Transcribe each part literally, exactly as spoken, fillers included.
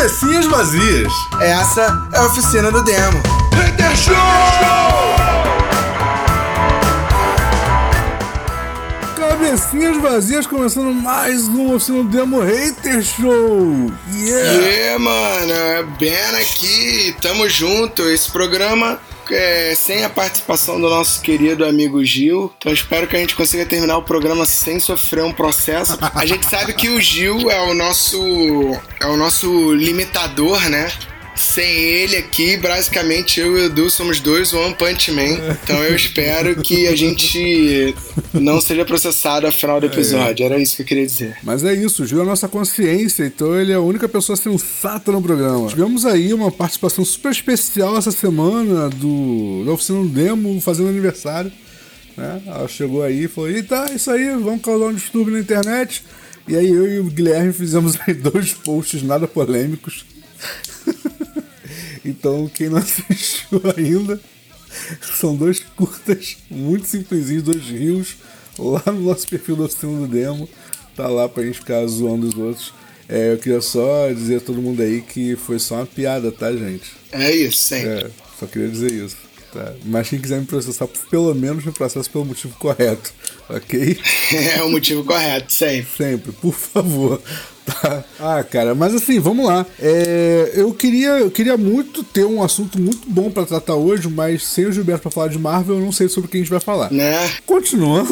Cabecinhas vazias. Essa é a oficina do demo. Hater Show! Cabecinhas vazias, começando mais uma oficina do demo Hater Show. Yeah, yeah mano, Ben aqui, tamo junto. Esse programa é sem a participação do nosso querido amigo Gil, então espero que a gente consiga terminar o programa sem sofrer um processo. A gente sabe que o Gil é o nosso é o nosso limitador, né? Sem ele aqui, basicamente eu e o Edu somos dois One Punch Man. Então eu espero que a gente não seja processado ao final do episódio. Era isso que eu queria dizer. Mas é isso, o Gil é a nossa consciência, então ele é a única pessoa sensata no programa. Tivemos aí uma participação super especial essa semana do, da oficina do demo fazendo aniversário, né? Ela chegou aí e falou: eita, isso aí, vamos causar um distúrbio na internet. E aí eu e o Guilherme fizemos aí dois posts nada polêmicos. Então, quem não assistiu ainda, são dois curtas muito simplesinhos, dois rios, lá no nosso perfil da oficina do demo. Tá lá pra gente ficar zoando os outros. É, eu queria só dizer a todo mundo aí que foi só uma piada, tá, gente? É isso, sempre. É, só queria dizer isso. Tá. Mas quem quiser me processar, pelo menos me processa pelo motivo correto, ok? É o motivo correto, sempre. Sempre, por favor. Tá. Ah, cara, mas assim, vamos lá. É, eu, queria, eu queria muito ter um assunto muito bom pra tratar hoje, mas sem o Gilberto pra falar de Marvel, eu não sei sobre o que a gente vai falar. Né? Continuando,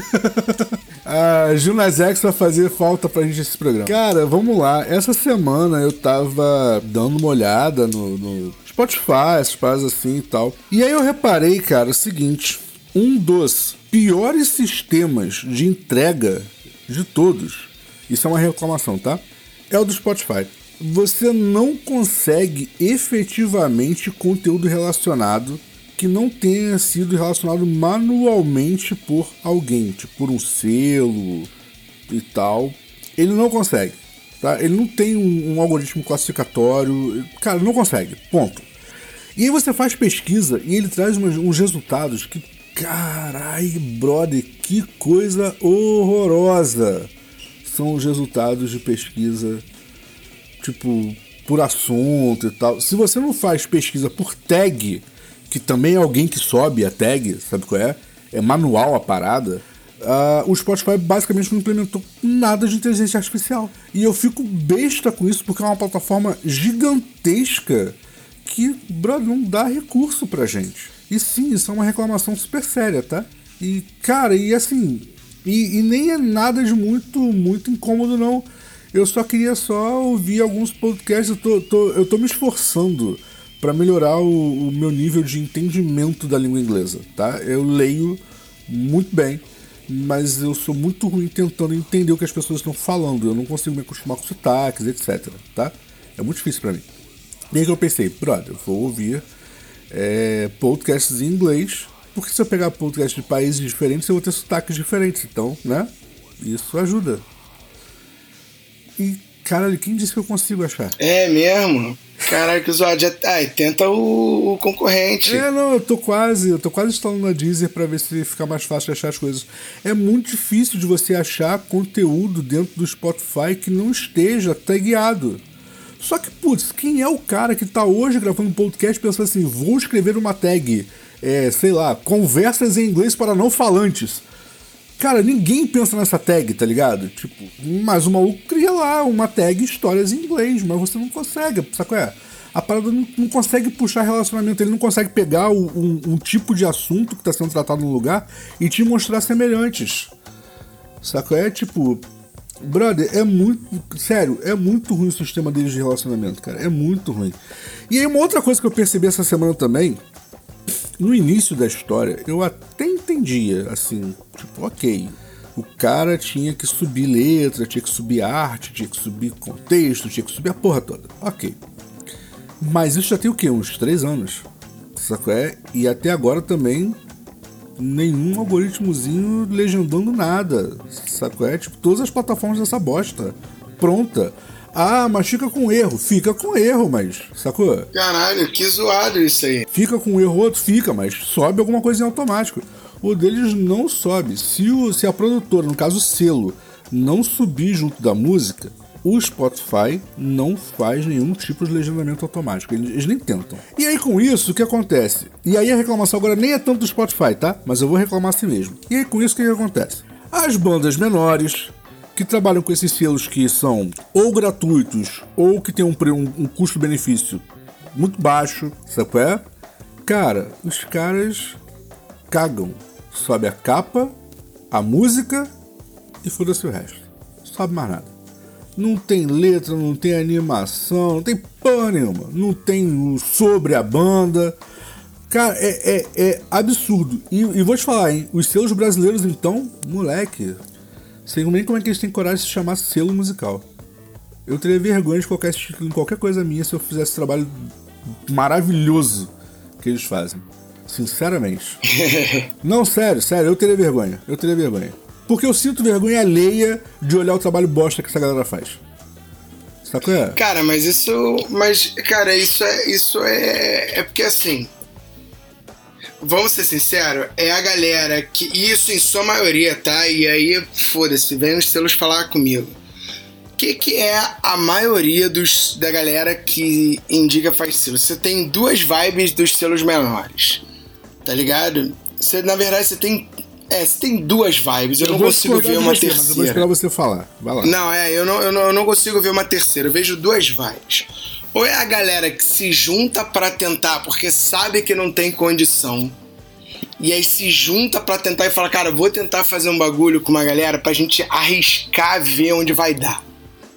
a Gil Nazex vai fazer falta pra gente esse programa. Cara, vamos lá. Essa semana eu tava dando uma olhada no, no Spotify, essas paradas assim e tal. E aí eu reparei, cara, o seguinte: um dos piores sistemas de entrega de todos, isso é uma reclamação, tá? é o do Spotify. Você não consegue efetivamente conteúdo relacionado que não tenha sido relacionado manualmente por alguém, tipo por um selo e tal. Ele não consegue, tá? Ele não tem um, um algoritmo classificatório. Cara, não consegue, ponto. E aí você faz pesquisa e ele traz umas, uns resultados que, carai, brother, que coisa horrorosa são os resultados de pesquisa, tipo, por assunto e tal. Se você não faz pesquisa por tag, que também é alguém que sobe a tag, sabe qual é? É manual a parada. Uh, o Spotify basicamente não implementou nada de inteligência artificial. E eu fico besta com isso, porque é uma plataforma gigantesca que, brother, não dá recurso pra gente. E sim, isso é uma reclamação super séria, tá? E, cara, e assim... E, e nem é nada de muito, muito incômodo, não. Eu só queria só ouvir alguns podcasts. Eu tô, tô, eu tô me esforçando para melhorar o, o meu nível de entendimento da língua inglesa, tá? Eu leio muito bem, mas eu sou muito ruim tentando entender o que as pessoas estão falando. Eu não consigo me acostumar com sotaques, etcétera, tá? É muito difícil para mim. E aí que eu pensei, brother, eu vou ouvir é, podcasts em inglês, porque se eu pegar podcasts de países diferentes, eu vou ter sotaques diferentes, então, né? Isso ajuda. E, caralho, quem disse que eu consigo achar? É mesmo? Caralho, que zoado. Já... Ai, tenta o, o concorrente. É, não, eu tô quase, eu tô quase instalando a Deezer pra ver se fica mais fácil de achar as coisas. É muito difícil de você achar conteúdo dentro do Spotify que não esteja tagueado. Só que, putz, quem é o cara que tá hoje gravando um podcast pensando assim, vou escrever uma tag, é, sei lá, conversas em inglês para não falantes. Cara, ninguém pensa nessa tag, tá ligado? Tipo, mas o maluco cria lá uma tag histórias em inglês, mas você não consegue, sabe qual é? A parada não, não consegue puxar relacionamento, ele não consegue pegar o, um, um tipo de assunto que tá sendo tratado no lugar e te mostrar semelhantes. Sabe qual é? Tipo, brother, é muito, sério, é muito ruim o sistema deles de relacionamento, cara, é muito ruim. E aí uma outra coisa que eu percebi essa semana também, no início da história, eu até entendia, assim, tipo, ok, o cara tinha que subir letra, tinha que subir arte, tinha que subir contexto, tinha que subir a porra toda, ok. Mas isso já tem o quê? Uns três anos, sabe? É? E até agora também nenhum algoritmozinho legendando nada, sabe? É? Tipo, todas as plataformas dessa bosta, pronta. Ah, mas fica com erro. Fica com erro, mas... Sacou? Caralho, que zoado isso aí. Fica com erro outro? Fica, mas sobe alguma coisa em automático. O deles não sobe. Se, o, se a produtora, no caso o selo, não subir junto da música, o Spotify não faz nenhum tipo de legendamento automático. Eles, eles nem tentam. E aí, com isso, o que acontece? E aí a reclamação agora nem é tanto do Spotify, tá? Mas eu vou reclamar assim mesmo. E aí, com isso, o que, que acontece? As bandas menores, que trabalham com esses selos que são ou gratuitos, ou que tem um, um, um custo-benefício muito baixo, sabe qual é? Cara, os caras cagam. Sobe a capa, a música e foda-se o resto. Sobe mais nada. Não tem letra, não tem animação, não tem porra nenhuma. Não tem o sobre a banda. Cara, é, é, é absurdo. E, e vou te falar, hein? Os selos brasileiros, então, moleque, sei nem como é que eles têm coragem de se chamar selo musical. Eu teria vergonha de colocar esse título em qualquer coisa minha se eu fizesse esse trabalho maravilhoso que eles fazem. Sinceramente. Não, sério, sério, eu teria vergonha. Eu teria vergonha. Porque eu sinto vergonha alheia de olhar o trabalho bosta que essa galera faz. Sabe qual é? Cara, mas isso... Mas, cara, isso é... Isso é... É porque, assim... Vamos ser sinceros, é a galera que... Isso em sua maioria, tá? E aí, foda-se, vem os selos falar comigo. O que, que é a maioria dos, da galera que indica faz selo? Você tem duas vibes dos selos menores, tá ligado? Você, na verdade, você tem... É, você tem duas vibes, eu, eu não consigo ver uma terceira. Mas eu vou esperar você falar, vai lá. Não, é, eu não, eu, não, eu não consigo ver uma terceira, eu vejo duas vibes. Ou é a galera que se junta pra tentar, porque sabe que não tem condição, e aí se junta pra tentar e fala, cara, vou tentar fazer um bagulho com uma galera pra gente arriscar ver onde vai dar.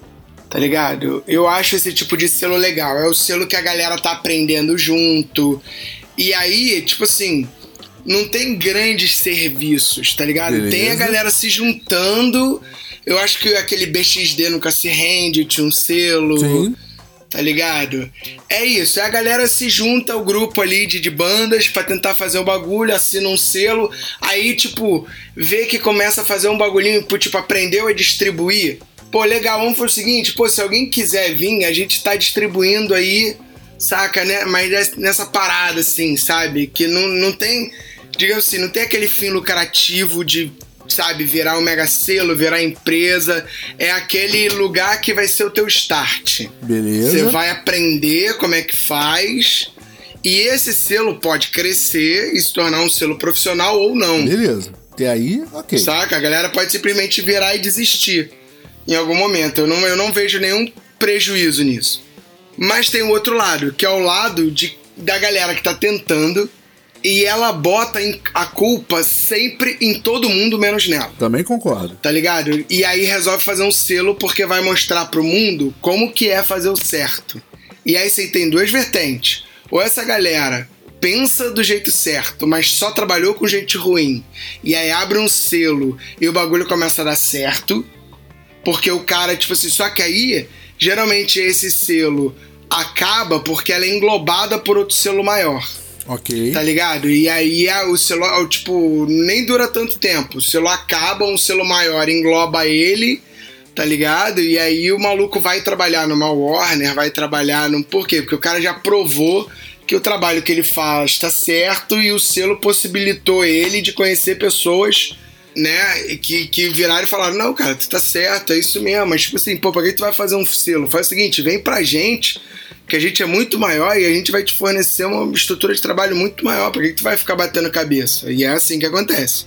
Tá ligado? Eu acho esse tipo de selo legal, é o selo que a galera tá aprendendo junto, e aí, tipo assim... Não tem grandes serviços, tá ligado? Beleza. Tem a galera se juntando. Eu acho que aquele B X D nunca se rende, tinha um selo. Sim. Tá ligado? É isso, é a galera se junta ao grupo ali de, de bandas pra tentar fazer o bagulho, assina um selo. Aí, tipo, vê que começa a fazer um bagulhinho, tipo, aprendeu a distribuir. Pô, legal, vamos fazer o seguinte, pô, se alguém quiser vir, a gente tá distribuindo aí, saca, né? Mas nessa parada, assim, sabe? Que não, não tem... Digamos assim, não tem aquele fim lucrativo de, sabe, virar um mega selo, virar empresa. É aquele lugar que vai ser o teu start. Beleza. Você vai aprender como é que faz. E esse selo pode crescer e se tornar um selo profissional ou não. Beleza. Até aí, ok. Saca? A galera pode simplesmente virar e desistir em algum momento. Eu não, eu não vejo nenhum prejuízo nisso. Mas tem o outro lado, que é o lado de, da galera que tá tentando... E ela bota a culpa sempre em todo mundo, menos nela. Também concordo. Tá ligado? E aí resolve fazer um selo porque vai mostrar pro mundo como que é fazer o certo. E aí você tem duas vertentes. Ou essa galera pensa do jeito certo, mas só trabalhou com gente ruim. E aí abre um selo e o bagulho começa a dar certo. Porque o cara, tipo assim, só que aí, geralmente esse selo acaba porque ela é englobada por outro selo maior. Ok. Tá ligado? E aí o selo, tipo, nem dura tanto tempo. O selo acaba, um selo maior engloba ele, tá ligado? E aí o maluco vai trabalhar numa Warner, vai trabalhar num... Por quê? Porque o cara já provou que o trabalho que ele faz tá certo e o selo possibilitou ele de conhecer pessoas, né, que, que viraram e falaram, não, cara, tu tá certo, é isso mesmo. Mas tipo assim, pô, pra que tu vai fazer um selo? Faz o seguinte, vem pra gente... que a gente é muito maior e a gente vai te fornecer uma estrutura de trabalho muito maior. Por que tu vai ficar batendo cabeça? E é assim que acontece.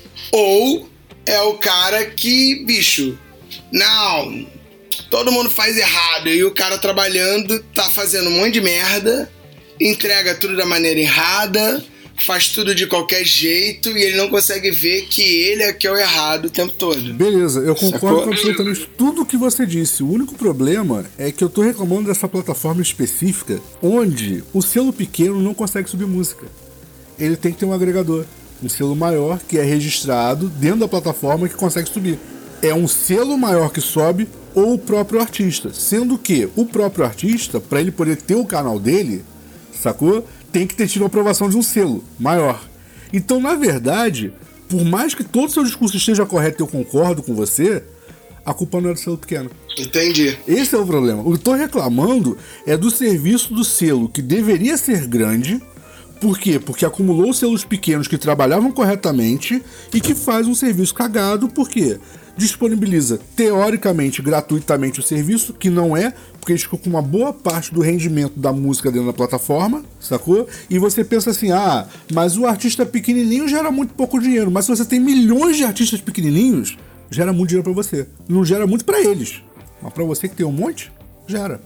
Ou é o cara que, bicho, não, todo mundo faz errado. E o cara trabalhando tá fazendo um monte de merda, entrega tudo da maneira errada, faz tudo de qualquer jeito e ele não consegue ver que ele é que é o errado o tempo todo. Beleza, eu concordo Sacou? com absolutamente tudo que você disse. O único problema é que eu tô reclamando dessa plataforma específica onde o selo pequeno não consegue subir música. Ele tem que ter um agregador, um selo maior que é registrado dentro da plataforma que consegue subir. É um selo maior que sobe ou o próprio artista, sendo que o próprio artista, para ele poder ter o canal dele, sacou? Tem que ter tido a aprovação de um selo maior. Então, na verdade, por mais que todo o seu discurso esteja correto e eu concordo com você, a culpa não é do selo pequeno. Entendi. Esse é o problema. O que eu tô reclamando é do serviço do selo, que deveria ser grande. Por quê? Porque acumulou selos pequenos que trabalhavam corretamente e que faz um serviço cagado. Por quê? disponibiliza teoricamente gratuitamente o serviço, que não é, porque eles ficam com uma boa parte do rendimento da música dentro da plataforma, sacou? E você pensa assim, ah, mas o artista pequenininho gera muito pouco dinheiro, mas se você tem milhões de artistas pequenininhos, gera muito dinheiro pra você. Não gera muito pra eles, mas pra você que tem um monte, gera,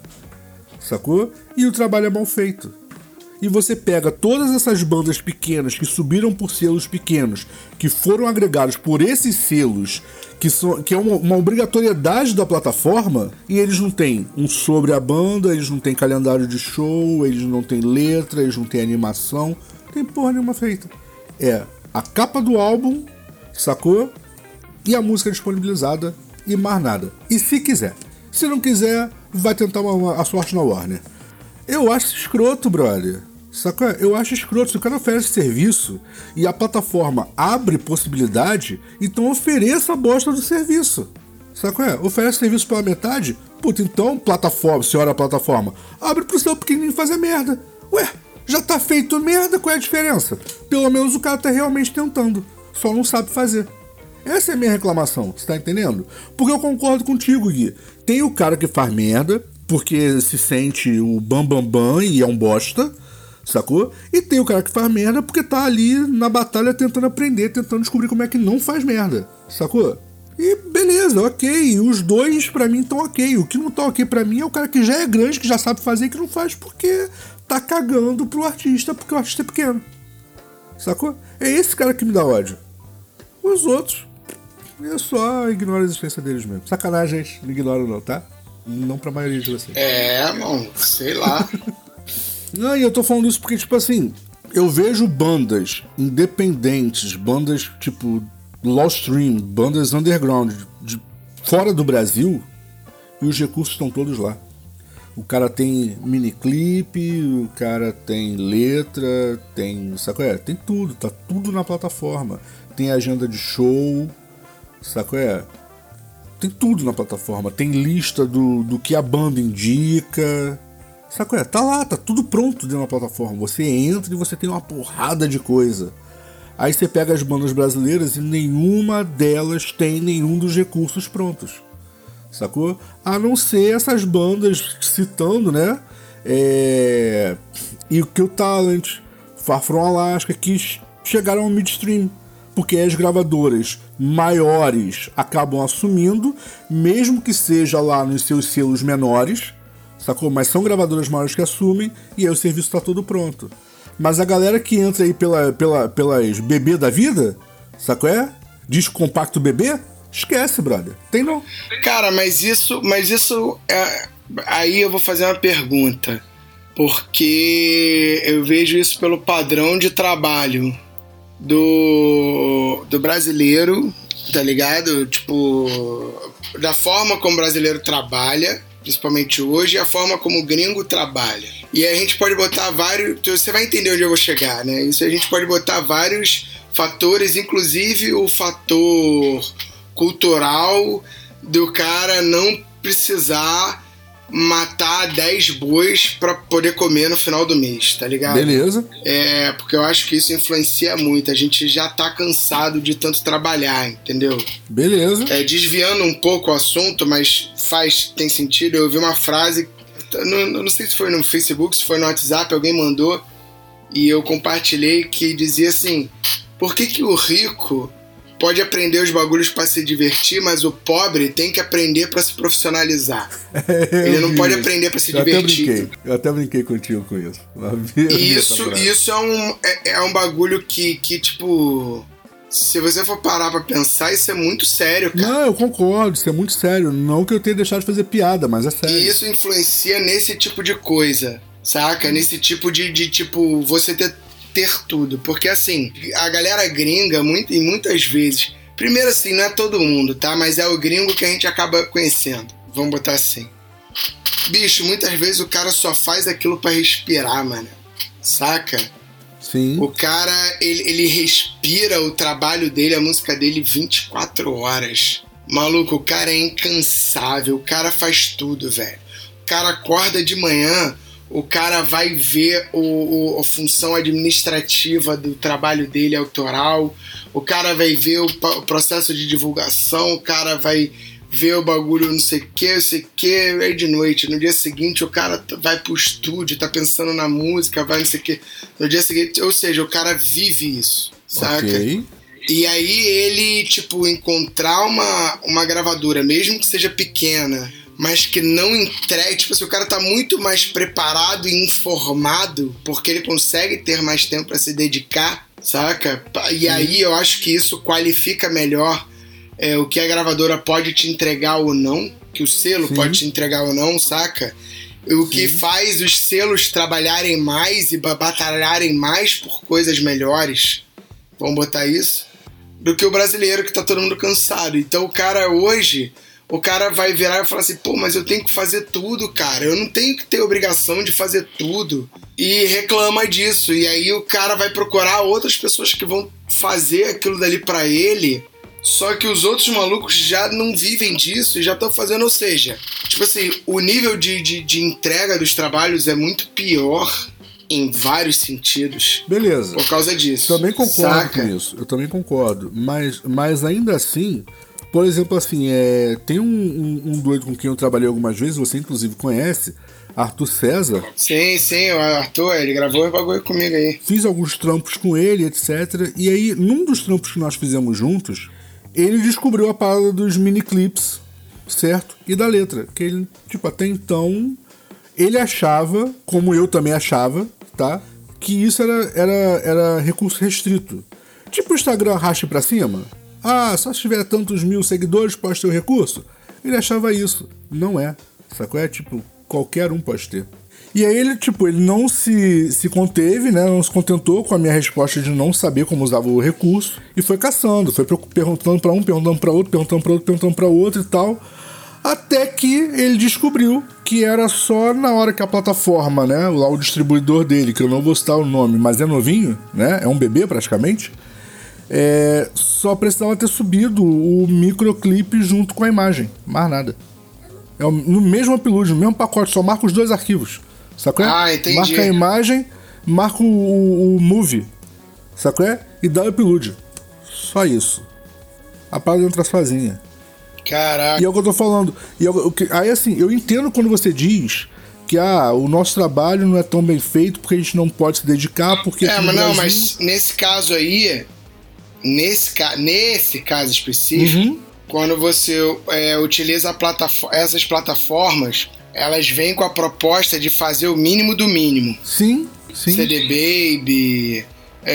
sacou? E o trabalho é mal feito. E você pega todas essas bandas pequenas que subiram por selos pequenos, que foram agregados por esses selos, que, são, que é uma, uma obrigatoriedade da plataforma, e eles não têm um sobre a banda, eles não têm calendário de show, eles não têm letra, eles não têm animação, não tem porra nenhuma feita. É a capa do álbum, sacou? E a música disponibilizada e mais nada. E se quiser. Se não quiser, vai tentar uma, uma, a sorte na Warner. Eu acho escroto, brother. Sacou? Eu acho escroto. Se o cara oferece serviço e a plataforma abre possibilidade, então ofereça a bosta do serviço. Sacou? Oferece serviço pela metade? Puta, então, plataforma, senhora plataforma, abre pro seu pequenininho fazer merda. Ué, já tá feito merda, qual é a diferença? Pelo menos o cara tá realmente tentando, só não sabe fazer. Essa é a minha reclamação, você tá entendendo? Porque eu concordo contigo, Gui. Tem o cara que faz merda, porque se sente o bambambam bam, bam, e é um bosta, sacou? E tem o cara que faz merda porque tá ali na batalha tentando aprender, tentando descobrir como é que não faz merda, sacou? E beleza, ok. Os dois pra mim estão ok. O que não tá ok pra mim é o cara que já é grande, que já sabe fazer e que não faz porque tá cagando pro artista, porque o artista é pequeno, sacou? É esse cara que me dá ódio. Os outros, eu só ignoro a existência deles mesmo. Sacanagem, gente, não ignoro não, tá? Não pra maioria de vocês. É, mano, sei lá. Não, e eu tô falando isso porque, tipo assim, eu vejo bandas independentes, bandas tipo low stream, bandas underground, de fora do Brasil, e os recursos estão todos lá. O cara tem miniclip, o cara tem letra, tem, sabe, é? Tem tudo, tá tudo na plataforma. Tem agenda de show, sabe, é? Tem tudo na plataforma, tem lista do, do que a banda indica, sabe, é? Tá lá, tá tudo pronto dentro da plataforma. Você entra e você tem uma porrada de coisa. Aí você pega as bandas brasileiras e nenhuma delas tem nenhum dos recursos prontos, sacou? A não ser essas bandas citando, né? É... E o Kill Talent, Far From Alaska, que chegaram ao midstream, porque as gravadoras maiores acabam assumindo, mesmo que seja lá nos seus selos menores, sacou? Mas são gravadoras maiores que assumem, e aí o serviço tá todo pronto. Mas a galera que entra aí pela, pela, pelas bebê da vida, sacou? É? Disco compacto bebê, esquece, brother. Tem não. Cara, mas isso, mas isso é... aí eu vou fazer uma pergunta, porque eu vejo isso pelo padrão de trabalho do, do brasileiro, tá ligado? Tipo, da forma como o brasileiro trabalha, principalmente hoje, e a forma como o gringo trabalha. E aí a gente pode botar vários... Você vai entender onde eu vou chegar, né? Isso a gente pode botar vários fatores, inclusive o fator cultural do cara não precisar matar dez bois pra poder comer no final do mês, tá ligado? Beleza. É, porque eu acho que isso influencia muito. A gente já tá cansado de tanto trabalhar, entendeu? Beleza. É, desviando um pouco o assunto, mas faz, tem sentido. Eu ouvi uma frase, não, não sei se foi no Facebook, se foi no WhatsApp, alguém mandou e eu compartilhei, que dizia assim: por que que o rico pode aprender os bagulhos pra se divertir, mas o pobre tem que aprender pra se profissionalizar? Ele não pode aprender pra se eu divertir. Até brinquei. Eu até brinquei contigo com isso. E isso, isso é, um, é, é um bagulho que, que, tipo, se você for parar pra pensar, isso é muito sério, cara. Não, eu concordo, isso é muito sério. Não que eu tenha deixado de fazer piada, mas é sério. E isso influencia nesse tipo de coisa, saca? Nesse tipo de, de tipo, você ter... ter tudo, porque assim, a galera gringa, muito, e muitas vezes, primeiro assim, não é todo mundo, tá? Mas é o gringo que a gente acaba conhecendo, vamos botar assim. Bicho, muitas vezes o cara só faz aquilo pra respirar, mano, saca? Sim. O cara, ele, ele respira o trabalho dele, a música dele vinte e quatro horas. Maluco, o cara é incansável, o cara faz tudo, velho. O cara acorda de manhã, o cara vai ver o, o, a função administrativa do trabalho dele autoral, o cara vai ver o, o processo de divulgação, o cara vai ver o bagulho não sei o que, não sei o que, aí de noite, no dia seguinte o cara vai pro estúdio, tá pensando na música, vai não sei o que, no dia seguinte, ou seja, o cara vive isso, saca? Okay. E aí ele, tipo, encontrar uma, uma gravadora, mesmo que seja pequena, mas que não entregue, tipo assim, o cara tá muito mais preparado e informado, porque ele consegue ter mais tempo pra se dedicar, saca? E aí eu acho que isso qualifica melhor É, o que a gravadora pode te entregar ou não, que o selo Sim. pode te entregar ou não, saca? O Sim. que faz os selos trabalharem mais e batalharem mais por coisas melhores, vamos botar isso, do que o brasileiro que tá todo mundo cansado. Então o cara hoje, o cara vai virar e falar assim, pô, mas eu tenho que fazer tudo, cara, eu não tenho que ter obrigação de fazer tudo. E reclama disso, e aí o cara vai procurar outras pessoas que vão fazer aquilo dali pra ele. Só que os outros malucos já não vivem disso e já estão fazendo, ou seja, tipo assim, o nível de, de, de entrega dos trabalhos é muito pior em vários sentidos. Beleza. Por causa disso. Também concordo saca? com isso, eu também concordo. Mas, mas ainda assim, por exemplo, assim, é, tem um, um, um doido com quem eu trabalhei algumas vezes, você inclusive conhece, Arthur César. Sim, sim, o Arthur, ele gravou o bagulho comigo aí. Fiz alguns trampos com ele, etcétera. E aí, num dos trampos que nós fizemos juntos, ele descobriu a parada dos miniclips, certo? E da letra. Que ele, tipo, até então, ele achava, como eu também achava, tá? Que isso era, era, era recurso restrito. Tipo o Instagram raste pra cima. Ah, só se tiver tantos mil seguidores pode ter o recurso. Ele achava isso. Não é. Sacou? É tipo, qualquer um pode ter. E aí ele, tipo, ele não se, se conteve, né? Não se contentou com a minha resposta de não saber como usava o recurso. E foi caçando, foi perguntando pra um, perguntando pra outro, perguntando pra outro, perguntando pra outro e tal. Até que ele descobriu que era só na hora que a plataforma, né? Lá o distribuidor dele, que eu não vou citar o nome, mas é novinho, né? É um bebê praticamente. É, só precisava ter subido o microclip junto com a imagem. Mais nada. É no mesmo upload, no mesmo pacote, só marca os dois arquivos. Sacou? Ah, entendi. Marca a imagem, marca o, o, o movie, sacou? E dá o upload. Só isso. A parada entra sozinha. Caraca. E é o que eu tô falando. E eu, aí assim, eu entendo quando você diz que ah, o nosso trabalho não é tão bem feito porque a gente não pode se dedicar, porque... É, mas não, Brasil... mas nesse caso aí, nesse, ca... nesse caso específico, uhum. quando você é, utiliza a platafo- essas plataformas, elas vêm com a proposta de fazer o mínimo do mínimo. Sim, sim. C D Baby,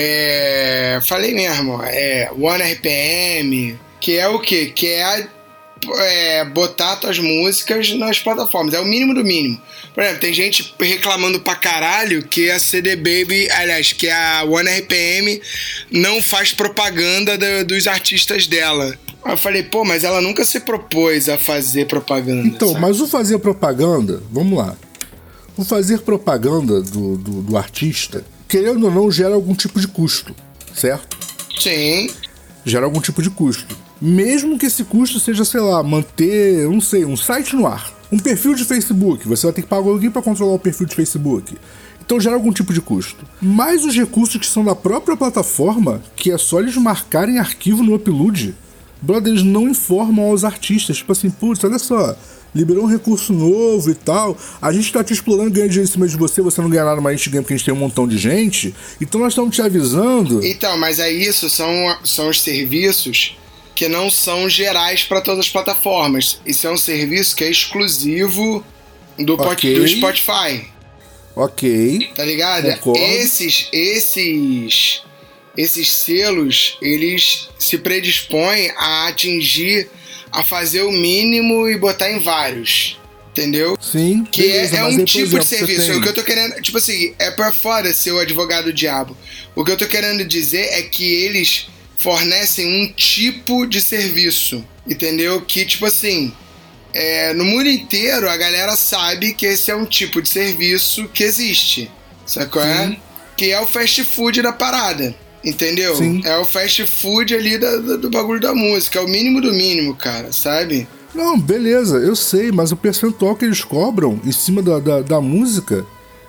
é, falei mesmo, é, One R P M, que é o quê? Que é, é botar tuas músicas nas plataformas, é o mínimo do mínimo. Por exemplo, tem gente reclamando pra caralho que a C D Baby, aliás, que a One R P M não faz propaganda do, dos artistas dela. Aí eu falei, pô, mas ela nunca se propôs a fazer propaganda. Então, sabe? mas o fazer propaganda, vamos lá. O fazer propaganda do, do, do artista, querendo ou não, gera algum tipo de custo, certo? Sim. Gera algum tipo de custo. Mesmo que esse custo seja, sei lá, manter, não sei, um site no ar. Um perfil de Facebook, você vai ter que pagar alguém para controlar o perfil de Facebook. Então gera algum tipo de custo. Mas os recursos que são da própria plataforma, que é só eles marcarem arquivo no upload, brother, eles não informam aos artistas, tipo assim, putz, olha só, liberou um recurso novo e tal, a gente tá te explorando, ganhando dinheiro em cima de você, você não ganha nada, mas a gente ganha porque a gente tem um montão de gente, então nós estamos te avisando. Então, mas é isso, são, são os serviços que não são gerais para todas as plataformas. Isso é um serviço que é exclusivo do, okay. do Spotify. Ok. Tá ligado? Concordo. Esses, esses, esses selos, eles se predispõem a atingir, a fazer o mínimo e botar em vários. Entendeu? Sim. Que beleza, é, é um aí, tipo exemplo, de serviço. O que eu tô querendo... Tipo assim, é pra fora ser o advogado do diabo. O que eu tô querendo dizer é que eles fornecem um tipo de serviço, entendeu? Que, tipo assim, é, no mundo inteiro a galera sabe que esse é um tipo de serviço que existe, sacou? É? Que é o fast food da parada, entendeu? Sim. É o fast food ali da, da, do bagulho da música, é o mínimo do mínimo, cara, sabe? Não, beleza, eu sei, mas o percentual que eles cobram em cima da, da, da música,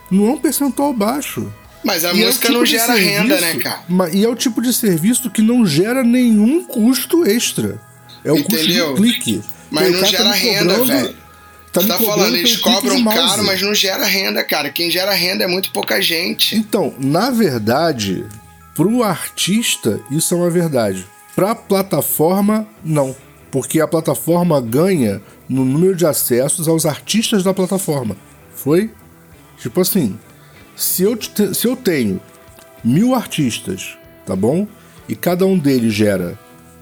Não é um percentual baixo. Mas a e música é tipo não gera serviço, renda, né, cara? E é o tipo de serviço que não gera nenhum custo extra. É o Entendeu? custo do clique. Mas não gera tá renda, velho. Tá, tu tá falando, eles cobram caro, mas não gera renda, cara. Quem gera renda é muito pouca gente. Então, na verdade, pro artista, isso é uma verdade. Pra plataforma, não. Porque a plataforma ganha no número de acessos aos artistas da plataforma. Foi? Tipo assim, se eu, te, se eu tenho mil artistas, tá bom? E cada um deles gera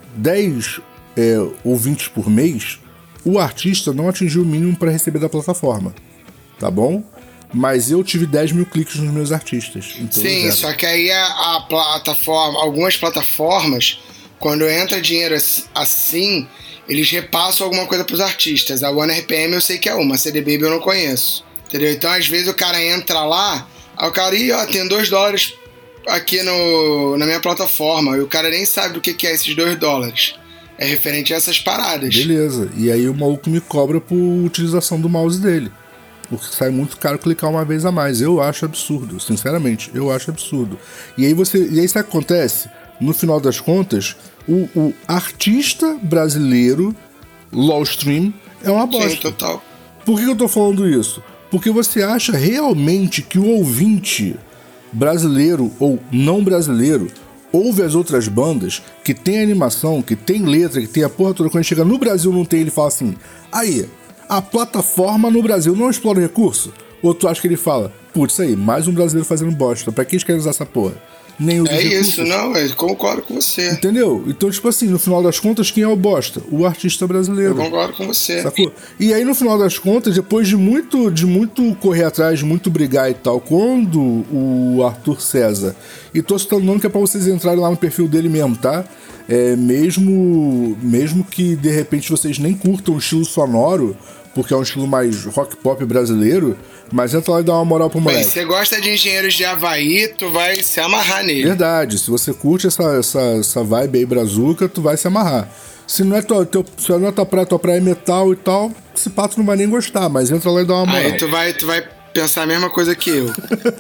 dez é, ouvintes por mês, o artista não atingiu o mínimo para receber da plataforma, tá bom? Mas eu tive dez mil cliques nos meus artistas. Então sim, só que aí a, a plataforma, algumas plataformas, quando entra dinheiro assim, eles repassam alguma coisa pros artistas. A One R P M eu sei que é uma, a C D Baby eu não conheço. Entendeu? Então, às vezes, o cara entra lá, aí o cara, ih, ó, tem dois dólares aqui no, na minha plataforma, e o cara nem sabe do que, que é esses dois dólares. É referente a essas paradas. Beleza. E aí o maluco me cobra por utilização do mouse dele. Porque sai muito caro clicar uma vez a mais. Eu acho absurdo, sinceramente. Eu acho absurdo. E aí você. E aí isso acontece, no final das contas, o, o artista brasileiro, Lowstream, é uma bosta. Sim, total. Por que eu tô falando isso? Porque você acha realmente que o ouvinte brasileiro ou não brasileiro ouve as outras bandas que tem animação, que tem letra, que tem a porra toda. Quando chega no Brasil não tem, ele fala assim: aí, a plataforma no Brasil não explora o recurso? Ou tu acha que ele fala: putz, aí, mais um brasileiro fazendo bosta, pra que eles querem usar essa porra? Nem os É recursos. isso, não, eu concordo com você. Entendeu? Então, tipo assim, no final das contas, quem é o bosta? O artista brasileiro. Eu concordo com você. Sacou? E aí, no final das contas, depois de muito, de muito correr atrás, de muito brigar e tal, quando o Arthur César, e tô citando o nome que é pra vocês entrarem lá no perfil dele mesmo, tá? É, mesmo, mesmo que de repente vocês nem curtam o estilo sonoro, porque é um estilo mais rock pop brasileiro, mas entra lá e dá uma moral pro moleque. Bem, você gosta de Engenheiros de Havaí, tu vai se amarrar nele. Verdade, se você curte essa, essa, essa vibe aí brazuca, tu vai se amarrar. Se não é tua, teu, se não é tua praia, tua praia é metal e tal, esse pato não vai nem gostar, mas entra lá e dá uma moral. Aí tu vai, tu vai pensar a mesma coisa que eu.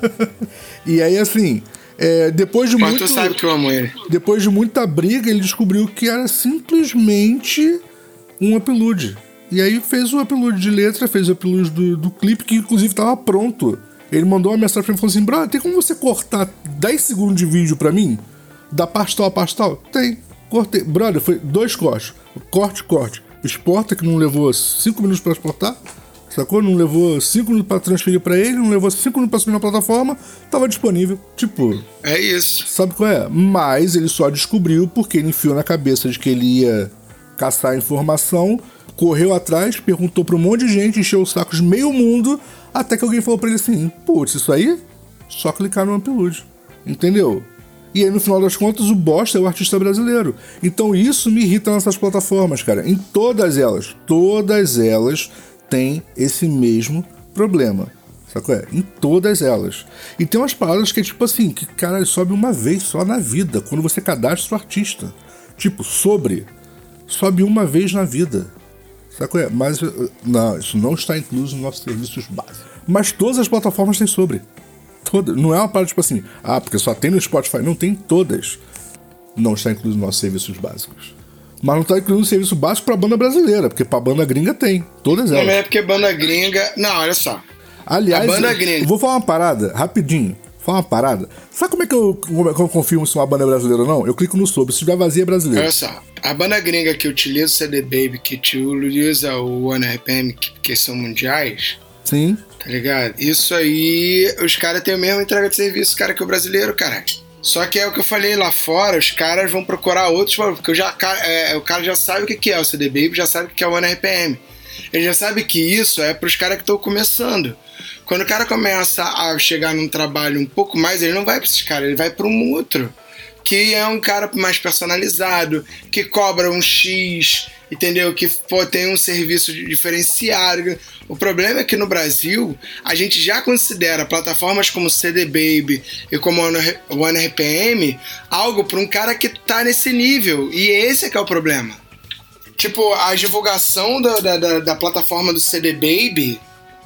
E aí, assim, é, depois de mas muito... tu sabe que eu amo ele. Depois de muita briga, ele descobriu que era simplesmente um upload. E aí fez o upload de letra, fez o upload do, do clipe, que inclusive tava pronto. Ele mandou uma mensagem pra mim e falou assim: brother, tem como você cortar dez segundos de vídeo pra mim? Da parte tal a parte tal? Tem. Cortei. Brother, foi dois cortes. Corte, corte. Exporta, que não levou cinco minutos pra exportar. Sacou? Não levou cinco minutos pra transferir pra ele, não levou cinco minutos pra subir na plataforma. Tava disponível. Tipo... É isso. Sabe qual é? Mas ele só descobriu porque ele enfiou na cabeça de que ele ia caçar informação, correu atrás, perguntou pra um monte de gente, encheu os sacos de meio mundo, até que alguém falou pra ele assim: putz, isso aí? Só clicar no upload. Entendeu? E aí, no final das contas, o bosta é o artista brasileiro. Então isso me irrita nessas plataformas, cara. Em todas elas, todas elas têm esse mesmo problema. Sacou? É? Em todas elas. E tem umas paradas que é tipo assim, que, cara, sobe uma vez só na vida, quando você cadastra o artista. Tipo, sobre. Sobe uma vez na vida. Sacou? É? Mas, não, isso não está incluso nos nossos serviços básicos. Mas todas as plataformas têm sobre. Todas. Não é uma parada tipo assim, ah, porque só tem no Spotify. Não, tem todas. Não está incluso nos nossos serviços básicos. Mas não está incluso no serviço básico pra banda brasileira, porque pra banda gringa tem. Todas elas. Não, é porque banda gringa... Não, olha só. Aliás, a banda gringa... eu vou falar uma parada, rapidinho. Falar uma parada. Sabe como é que eu, como é que eu confirmo se uma banda é brasileira ou não? Eu clico no sobre. Se tiver vazia, é brasileira. Olha só. A banda gringa que utiliza o C D Baby, que utiliza o One R P M, que, que são mundiais... Sim. Tá ligado? Isso aí, os caras têm a mesma entrega de serviço, cara, que o brasileiro, caralho. Só que é o que eu falei lá fora, os caras vão procurar outros, porque eu já, é, o cara já sabe o que é o C D Baby, já sabe o que é o One R P M. Ele já sabe que isso é pros caras que estão começando. Quando o cara começa a chegar num trabalho um pouco mais, ele não vai pra esses caras, ele vai pra um outro. Que é um cara mais personalizado, que cobra um X, entendeu? Que pô, tem um serviço diferenciado. O problema é que no Brasil, a gente já considera plataformas como C D Baby e como o One R P M algo para um cara que tá nesse nível. E esse é que é o problema. Tipo, a divulgação da, da, da, da plataforma do C D Baby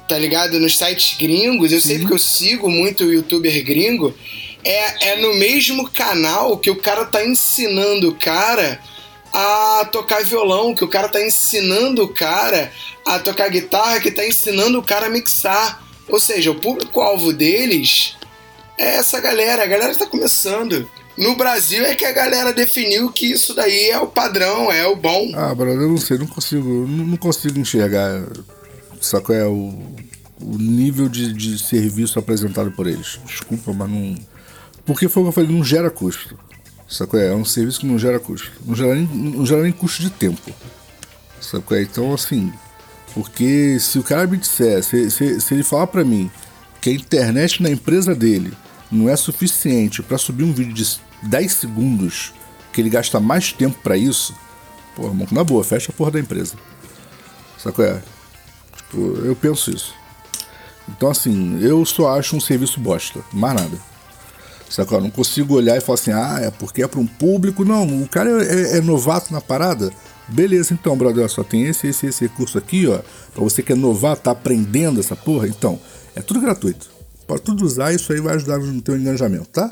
tá ligado? Nos sites gringos, eu Sim. sei porque eu sigo muito youtuber gringo, é, é no mesmo canal que o cara tá ensinando o cara a tocar violão, que o cara tá ensinando o cara a tocar guitarra, que tá ensinando o cara a mixar. Ou seja, o público-alvo deles é essa galera, a galera que tá começando. No Brasil é que a galera definiu que isso daí é o padrão, é o bom. Ah, brother, eu não sei, não consigo, não, não consigo enxergar, sabe qual é o, o nível de, de serviço apresentado por eles. Desculpa, mas não... Porque foi o que eu falei, não gera custo. Sabe qual é? É um serviço que não gera custo. Não gera nem, não gera nem custo de tempo. Sabe qual é? Então, assim... Porque se o cara me disser, se, se, se ele falar pra mim que a internet na empresa dele não é suficiente pra subir um vídeo de dez segundos, que ele gasta mais tempo pra isso, pô, irmão, na boa, fecha a porra da empresa. Sabe qual é? Tipo, eu penso isso. Então, assim, eu só acho um serviço bosta, mais nada. Sabe qual é? Não consigo olhar e falar assim, ah, é porque é pra um público. Não, o cara é, é, é novato na parada. Beleza, então, brother, só tem esse, esse, esse recurso aqui, ó. Pra você que é novato, tá aprendendo essa porra. Então, é tudo gratuito. Pode tudo usar, isso aí vai ajudar no teu engajamento, tá?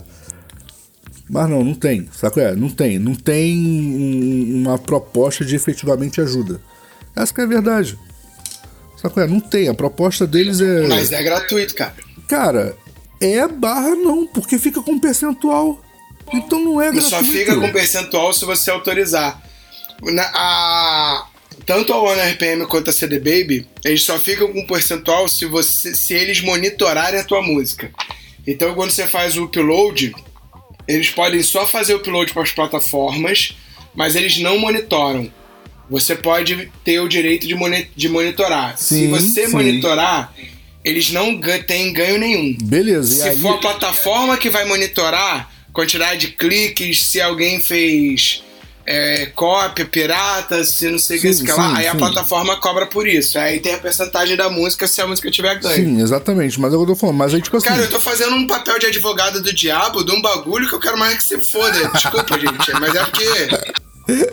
Mas não, não tem, sabe qual é? Não tem, não tem uma proposta de efetivamente ajuda. Essa que é a verdade. Sabe qual é? Não tem, a proposta deles é... Mas é gratuito, cara. Cara, é barra não, porque fica com percentual. Então não é gratuito. Só fica com percentual se você autorizar. Na, a, tanto a One R P M quanto a C D Baby, eles só ficam com percentual se, você, se eles monitorarem a tua música. Então quando você faz o upload, eles podem só fazer o upload para as plataformas, mas eles não monitoram. Você pode ter o direito de, moni, de monitorar. Sim, se você sim. monitorar, eles não têm ganho nenhum. Beleza. Se aí... for a plataforma que vai monitorar quantidade de cliques, se alguém fez... É, cópia, pirata, se não sei o que, isso que lá, aí sim. A plataforma cobra por isso. Aí tem a percentagem da música se a música tiver ganho. Sim, exatamente, mas é o que eu tô falando. Mas aí, tipo assim. Cara, eu tô fazendo um papel de advogado do diabo de um bagulho que eu quero mais que se foda. Desculpa, gente, mas é porque.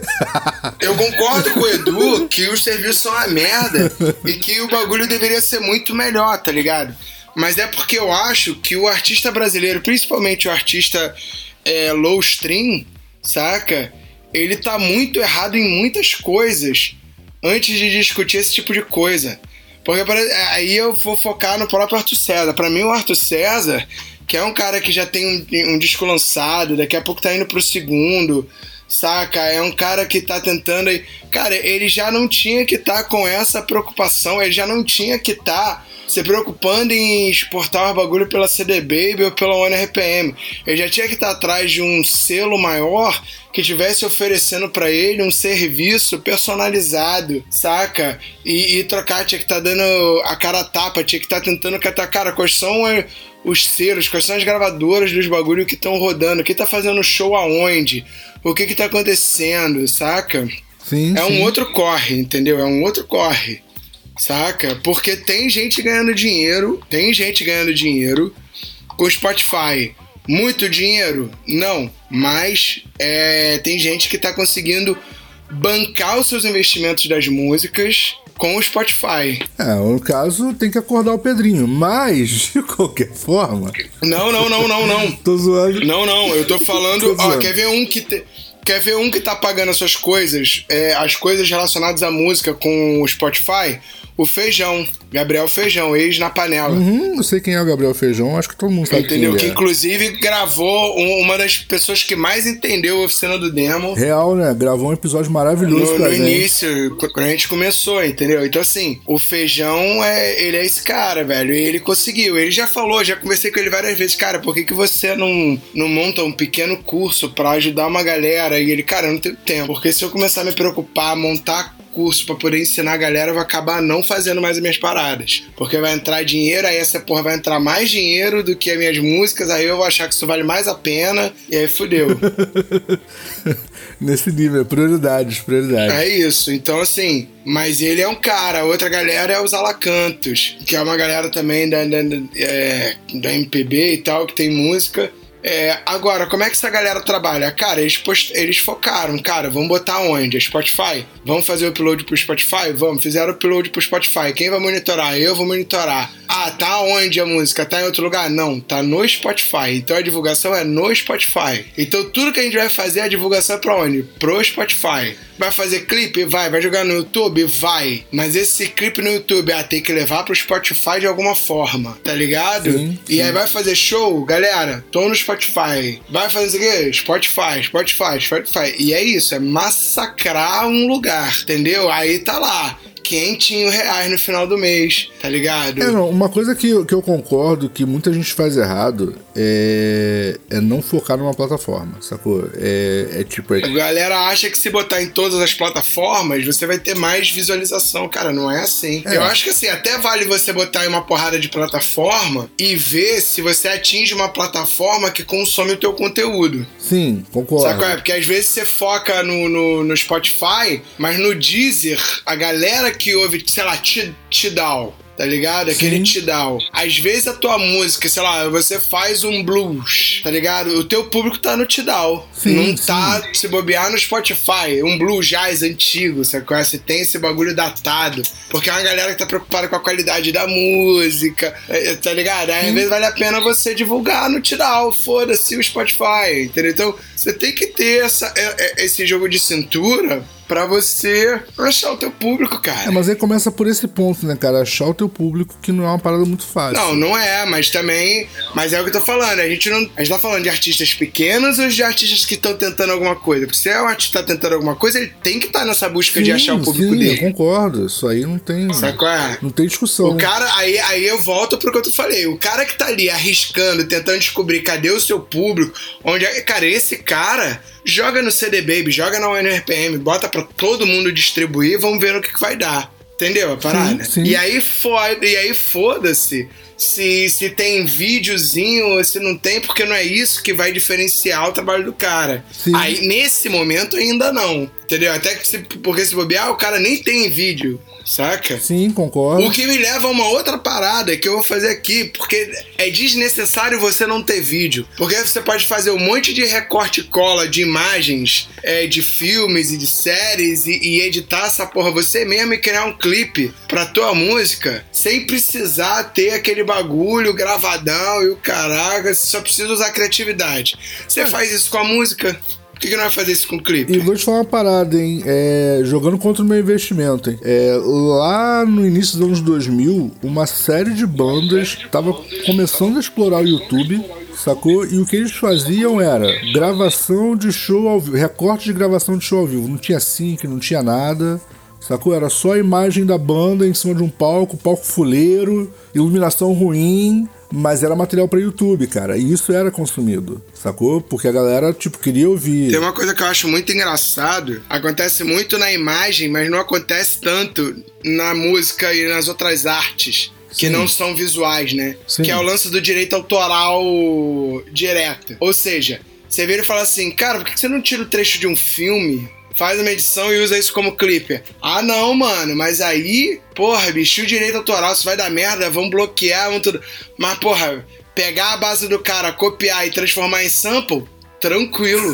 Eu concordo com o Edu que os serviços são uma merda e que o bagulho deveria ser muito melhor, tá ligado? Mas é porque eu acho que o artista brasileiro, principalmente o artista é, low stream, saca? Ele tá muito errado em muitas coisas antes de discutir esse tipo de coisa. Porque aí eu vou focar no próprio Arthur César. Pra mim, o Arthur César, que é um cara que já tem um, um disco lançado, daqui a pouco tá indo pro segundo, saca? É um cara que tá tentando... Cara, ele já não tinha que estar tá com essa preocupação, ele já não tinha que estar... Tá se preocupando em exportar o bagulho pela C D Baby ou pela One R P M. Ele já tinha que estar atrás de um selo maior que estivesse oferecendo pra ele um serviço personalizado, saca? E, e trocar, tinha que estar dando a cara a tapa, tinha que estar tentando catar, cara, quais são os selos, quais são as gravadoras dos bagulhos que estão rodando, quem tá fazendo show aonde, o que que tá acontecendo, saca? Sim, é sim. um outro corre, entendeu? É um outro corre. Saca? Porque tem gente ganhando dinheiro, tem gente ganhando dinheiro com Spotify. Muito dinheiro? Não. Mas é, tem gente que tá conseguindo bancar os seus investimentos das músicas com o Spotify. É, no caso tem que acordar o Pedrinho, mas de qualquer forma... Não, não, não, não, não. Tô zoando. Não, não, eu tô falando... Tô ó, zoando. quer ver um que... Te... Quer ver um que tá pagando as suas coisas, é, as coisas relacionadas à música com o Spotify? O Feijão, Gabriel Feijão, ex na panela. Uhum, não sei quem é o Gabriel Feijão, acho que todo mundo sabe. Entendeu? Quem Que ele é. inclusive gravou um, uma das pessoas que mais entendeu a Oficina do Demo. Real, né? Gravou um episódio maravilhoso No, pra no gente. início, quando a gente começou, entendeu? Então assim, o Feijão, é, ele é esse cara, velho, e ele conseguiu. Ele já falou, já conversei com ele várias vezes, cara, por que, que você não, não monta um pequeno curso pra ajudar uma galera? E ele, cara, eu não tenho tempo, porque se eu começar a me preocupar, montar curso pra poder ensinar a galera, eu vou acabar não fazendo mais as minhas paradas, porque vai entrar dinheiro, aí essa porra vai entrar mais dinheiro do que as minhas músicas, aí eu vou achar que isso vale mais a pena, e aí fudeu. Nesse nível, prioridades, prioridades. É isso, então assim, mas ele é um cara, a outra galera é os Alacantos, que é uma galera também da, da, da, é, da M P B e tal, que tem música, É, agora, como é que essa galera trabalha? Cara, eles, post... eles focaram, cara, vamos botar onde? A Spotify? Vamos fazer o upload pro Spotify? Vamos, fizeram o upload pro Spotify. Quem vai monitorar? Eu vou monitorar. Ah, tá onde a música? Tá em outro lugar? Não, tá no Spotify. Então a divulgação é no Spotify. Então tudo que a gente vai fazer, a divulgação é pra onde? Pro Spotify. Vai fazer clipe? Vai. Vai jogar no YouTube? Vai. Mas esse clipe no YouTube, ah, tem que levar pro Spotify de alguma forma, tá ligado? Sim, e sim. Aí vai fazer show? Galera, tô no Spotify. Vai fazer o quê? Spotify, Spotify, Spotify. E é isso, é massacrar um lugar, entendeu? Aí tá lá, quinhentos reais no final do mês, tá ligado? É, não, uma coisa que, eu, que eu concordo que muita gente faz errado é, é não focar numa plataforma, sacou? É, é tipo... É... A galera acha que se botar em todas as plataformas, você vai ter mais visualização. Cara, não é assim. É. Eu acho que assim, até vale você botar em uma porrada de plataforma e ver se você atinge uma plataforma que consome o teu conteúdo. Sim, concordo. Sabe qual é? Porque às vezes você foca no, no, no Spotify, mas no Deezer, a galera que ouve, sei lá, Tidal, tá ligado? Aquele Tidal. Às vezes a tua música, sei lá, você faz um blues, tá ligado? O teu público tá no Tidal. Sim, não tá sim. Se bobear no Spotify. Um blues jazz antigo, sabe? Você tem esse bagulho datado. Porque é uma galera que tá preocupada com a qualidade da música, tá ligado? Aí, às vezes vale a pena você divulgar no Tidal. Foda-se o Spotify, entendeu? Então você tem que ter essa, esse jogo de cintura pra você achar o teu público, cara. É, mas aí começa por esse ponto, né, cara? Achar o teu público, que não é uma parada muito fácil. Não, não é, mas também... Mas é o que eu tô falando, a gente não... A gente tá falando de artistas pequenos ou de artistas que estão tentando alguma coisa? Porque se é um artista que tá tentando alguma coisa, ele tem que estar tá nessa busca sim, de achar o público sim, dele. Eu concordo, isso aí não tem... Sabe qual é? Não tem discussão. O cara... Aí, aí eu volto pro que eu te falei. O cara que tá ali arriscando, tentando descobrir cadê o seu público, onde... Cara, esse cara... Joga no C D Baby, joga na U N R P M, bota pra todo mundo distribuir e vamos ver o que, que vai dar. Entendeu a parada? Sim, sim. E aí, foda, e aí foda-se se, se tem videozinho ou se não tem, porque não é isso que vai diferenciar o trabalho do cara. Sim. Aí, nesse momento, ainda não. Entendeu? Até que se, porque se bobear, o cara nem tem vídeo. Saca? Sim, concordo. O que me leva a uma outra parada que eu vou fazer aqui, porque é desnecessário você não ter vídeo. Porque você pode fazer um monte de recorte e cola de imagens, é, de filmes e de séries e, e editar essa porra você mesmo e criar um clipe pra tua música sem precisar ter aquele bagulho gravadão e o caraca, você só precisa usar criatividade. Você faz isso com a música. Por que, que não vai fazer isso com o clipe? E vou te falar uma parada, hein? É, jogando contra o meu investimento, hein? É, lá no início dos anos dois mil, uma série de bandas tava começando a explorar o YouTube, sacou? E o que eles faziam era gravação de show ao vivo, recorte de gravação de show ao vivo. Não tinha sync, não tinha nada, sacou? Era só a imagem da banda em cima de um palco, palco fuleiro, iluminação ruim... Mas era material pra YouTube, cara. E isso era consumido, sacou? Porque a galera, tipo, queria ouvir. Tem uma coisa que eu acho muito engraçado. Acontece muito na imagem, mas não acontece tanto na música e nas outras artes. Que Sim. não são visuais, né? Sim. Que é o lance do direito autoral direto. Ou seja, você vira e fala assim, cara, por que você não tira o trecho de um filme... Faz uma edição e usa isso como clipe. Ah, não, mano, mas aí, porra, bicho, o direito autoral, isso vai dar merda, vamos bloquear, vamos tudo. Mas, porra, pegar a base do cara, copiar e transformar em sample, tranquilo.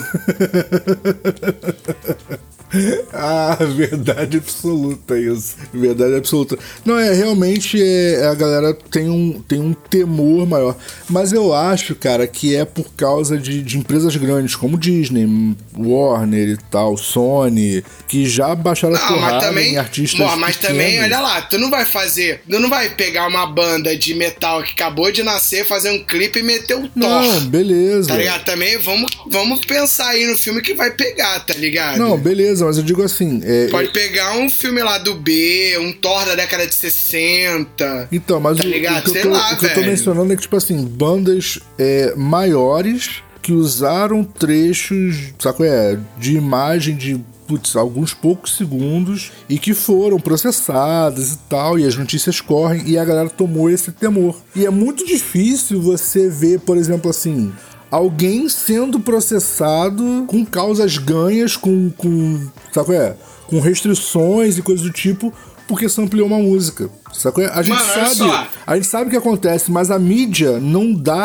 Ah, verdade absoluta isso. Verdade absoluta. Não, é, realmente é, a galera tem um, tem um temor maior. Mas eu acho, cara, que é por causa de, de empresas grandes como Disney, Warner e tal, Sony, que já baixaram a porrada em artistas Mas pequenos. Também, olha lá, tu não vai fazer, tu não vai pegar uma banda de metal que acabou de nascer, fazer um clipe e meter o Thor. Não, beleza. Tá ligado? Também vamos, vamos pensar aí no filme que vai pegar, tá ligado? Não, beleza. Mas eu digo assim... É, Pode pegar um filme lá do B, um Thor da década de sessenta. Então, mas tá o, ligado? o, que, Sei eu tô, lá, o que eu tô mencionando é que, tipo assim, bandas é, maiores que usaram trechos, sabe, é, de imagem de... Putz, alguns poucos segundos e que foram processadas e tal, e as notícias correm e a galera tomou esse temor. E é muito difícil você ver, por exemplo, assim... alguém sendo processado com causas ganhas, com, com, sabe qual é? Com restrições e coisas do tipo, porque sampleou uma música. Sabe qual é? A gente Mano, sabe, a gente sabe o que acontece, mas a mídia não dá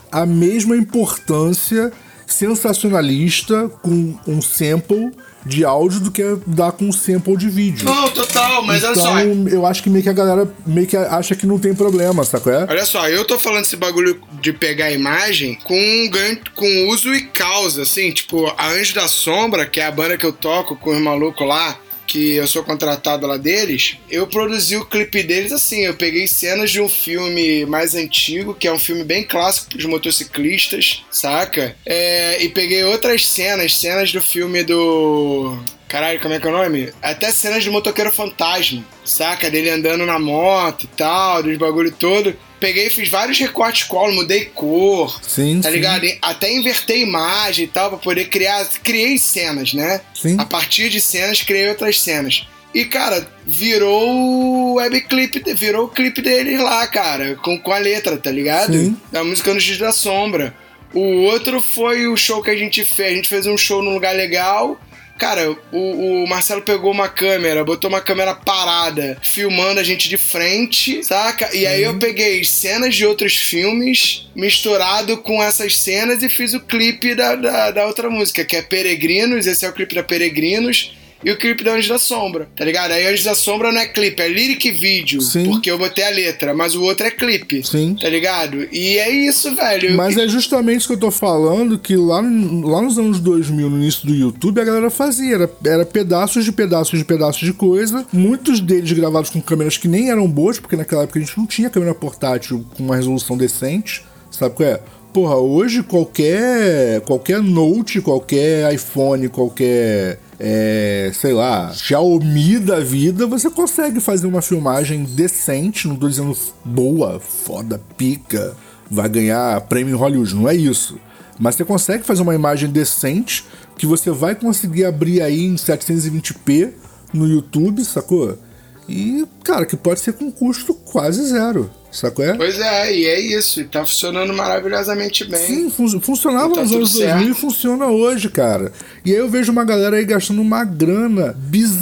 a mesma importância sensacionalista com um sample de áudio do que dar com um sample de vídeo. Não, total, mas então, olha só. eu acho que meio que a galera meio que acha que não tem problema, sacou? É? Olha só, eu tô falando esse bagulho de pegar a imagem com ganho, com uso e causa, assim, tipo, a Anjo da Sombra, que é a banda que eu toco com os malucos lá, que eu sou contratado lá deles, eu produzi o clipe deles assim, eu peguei cenas de um filme mais antigo, que é um filme bem clássico pros motociclistas, saca? É, e peguei outras cenas, cenas do filme do... Caralho, como é que é o nome? Até cenas de Motoqueiro Fantasma, saca? Dele andando na moto e tal, dos bagulho todo. Peguei e fiz vários recortes colo, mudei cor, sim, tá sim. ligado? Até invertei imagem e tal, pra poder criar... Criei cenas, né? Sim. A partir de cenas, criei outras cenas. E, cara, virou o webclip, virou o clipe deles lá, cara, com, com a letra, tá ligado? Sim. Da música No Giz da Sombra. O outro foi o show que a gente fez. A gente fez um show num lugar legal. Cara, o, o Marcelo pegou uma câmera, botou uma câmera parada, filmando a gente de frente, saca? E aí uhum. eu peguei cenas de outros filmes, misturado com essas cenas e fiz o clipe da, da, da outra música, que é Peregrinos. Esse é o clipe da Peregrinos. E o clipe da Anjo da Sombra, tá ligado? Aí Anjo da Sombra não é clipe, é lyric vídeo. Sim. Porque eu botei a letra, mas o outro é clipe. Sim. Tá ligado? E é isso, velho. Mas eu... é justamente isso que eu tô falando, que lá, lá nos anos dois mil, no início do YouTube, a galera fazia. Era, era pedaços de pedaços de pedaços de coisa. Muitos deles gravados com câmeras que nem eram boas, porque naquela época a gente não tinha câmera portátil com uma resolução decente. Sabe qual é? Porra, hoje qualquer, qualquer Note, qualquer iPhone, qualquer... É, sei lá, Xiaomi da vida, você consegue fazer uma filmagem decente, não tô dizendo boa, foda, pica, vai ganhar prêmio em Hollywood, não é isso. Mas você consegue fazer uma imagem decente que você vai conseguir abrir aí em setecentos e vinte p no YouTube, sacou? E, cara, que pode ser com custo quase zero, sacou? É? Pois é, e é isso, e tá funcionando maravilhosamente bem. Sim, fun- funcionava tá nos anos dois mil e funciona hoje, cara. E aí eu vejo uma galera aí gastando uma grana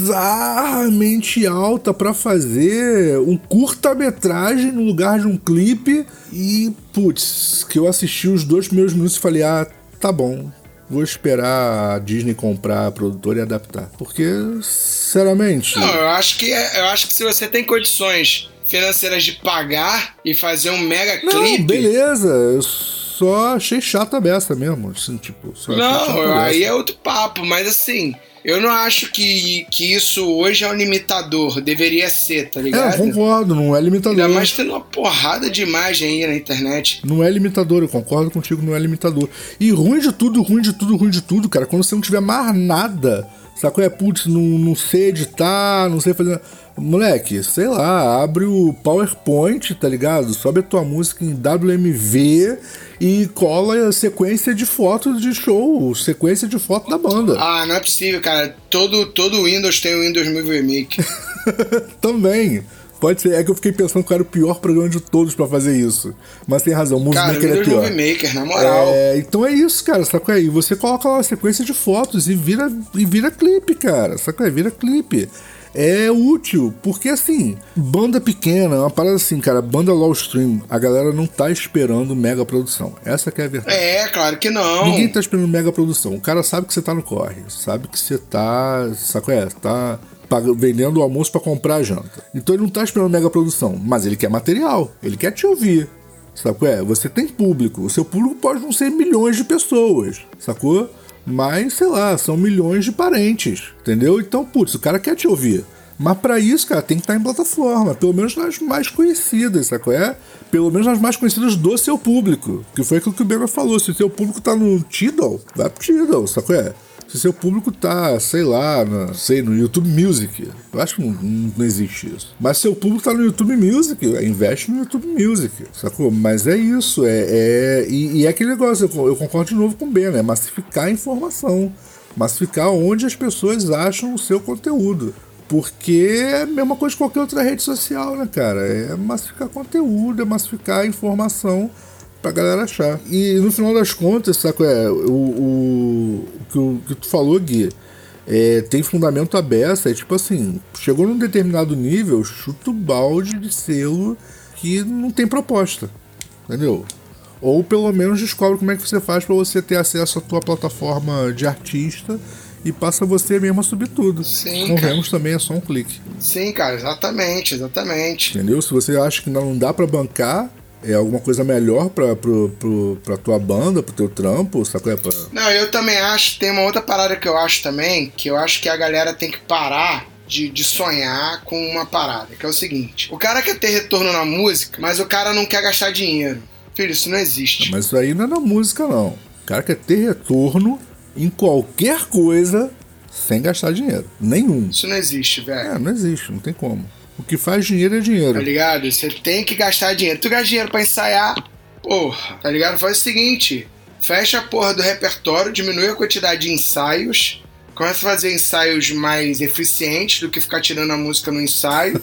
bizarramente alta pra fazer um curta-metragem no lugar de um clipe e, putz, que eu assisti os dois primeiros minutos e falei, ah, tá bom. Vou esperar a Disney comprar a produtora e adaptar. Porque, sinceramente... Não, eu acho que, é, eu acho que se você tem condições financeiras de pagar e fazer um mega Não, clipe... beleza. Eu só achei chata a beça mesmo. Assim, tipo, só não, aí é outro papo. Mas assim... Eu não acho que, que isso hoje é um limitador. Deveria ser, tá ligado? É, eu concordo, não é limitador. Ainda mais tendo uma porrada de imagem aí na internet. Não é limitador, eu concordo contigo, não é limitador. E ruim de tudo, ruim de tudo, ruim de tudo, cara, quando você não tiver mais nada, sacou? É, putz, não, não sei editar, não sei fazer... Moleque, sei lá, abre o PowerPoint, tá ligado? Sobe a tua música em W M V e cola a sequência de fotos de show, sequência de foto da banda. Ah, não é possível, cara. Todo, todo Windows tem o Windows Movie Maker. Também. Pode ser, é que eu fiquei pensando que era o pior programa de todos pra fazer isso. Mas tem razão, o Movie cara, Maker é pior. Movie Maker, na moral. É, então é isso, cara, sacou aí? Você coloca lá uma sequência de fotos e vira, e vira clipe, cara, sacou aí? Vira clipe. É útil, porque assim, banda pequena, uma parada assim, cara, banda low stream, a galera não tá esperando mega produção. Essa que é a verdade. É, claro que não. Ninguém tá esperando mega produção. O cara sabe que você tá no corre, sabe que você tá, sacou? É, tá vendendo o almoço pra comprar a janta. Então ele não tá esperando mega produção, mas ele quer material, ele quer te ouvir. Sacou? É, você tem público, o seu público pode não ser milhões de pessoas, sacou? Mas, sei lá, são milhões de parentes, entendeu? Então, putz, o cara quer te ouvir. Mas pra isso, cara, tem que estar em plataforma, pelo menos nas mais conhecidas, sacou? É? Pelo menos nas mais conhecidas do seu público, que foi aquilo que o Bema falou. Se o seu público tá no Tidal, vai pro Tidal, sacou? É? Se seu público tá, sei lá, no, sei, no YouTube Music, eu acho que não, não, não existe isso. Mas se seu público tá no YouTube Music, investe no YouTube Music, sacou? Mas é isso, é, é e, e é aquele negócio, eu, eu concordo de novo com o Ben, né? Massificar a informação, massificar onde as pessoas acham o seu conteúdo. Porque é a mesma coisa que qualquer outra rede social, né, cara? É massificar conteúdo, é massificar informação pra galera achar. E no final das contas, saco, é, o, o, o, que, o que tu falou, Gui, é, tem fundamento aberto, é tipo assim, chegou num determinado nível, chuta o balde de selo que não tem proposta, entendeu? Ou pelo menos descobre como é que você faz para você ter acesso à tua plataforma de artista e passa você mesmo a subir tudo. Sim, Convenhamos também, é só um clique. Sim, cara, exatamente, exatamente. Entendeu? Se você acha que não dá para bancar, é alguma coisa melhor pra, pro, pro, pra tua banda, pro teu trampo, sacou? É pra... Não, eu também acho, tem uma outra parada que eu acho também, que eu acho que a galera tem que parar de, de sonhar com uma parada, que é o seguinte: o cara quer ter retorno na música, mas o cara não quer gastar dinheiro. Filho, isso não existe. Mas isso aí não é na música, não. O cara quer ter retorno em qualquer coisa sem gastar dinheiro. Nenhum. Isso não existe, velho. É, não existe, não tem como. O que faz dinheiro é dinheiro. Tá ligado? Você tem que gastar dinheiro. Tu gasta dinheiro pra ensaiar, porra, tá ligado? Faz o seguinte: fecha a porra do repertório, diminui a quantidade de ensaios, começa a fazer ensaios mais eficientes do que ficar tirando a música no ensaio.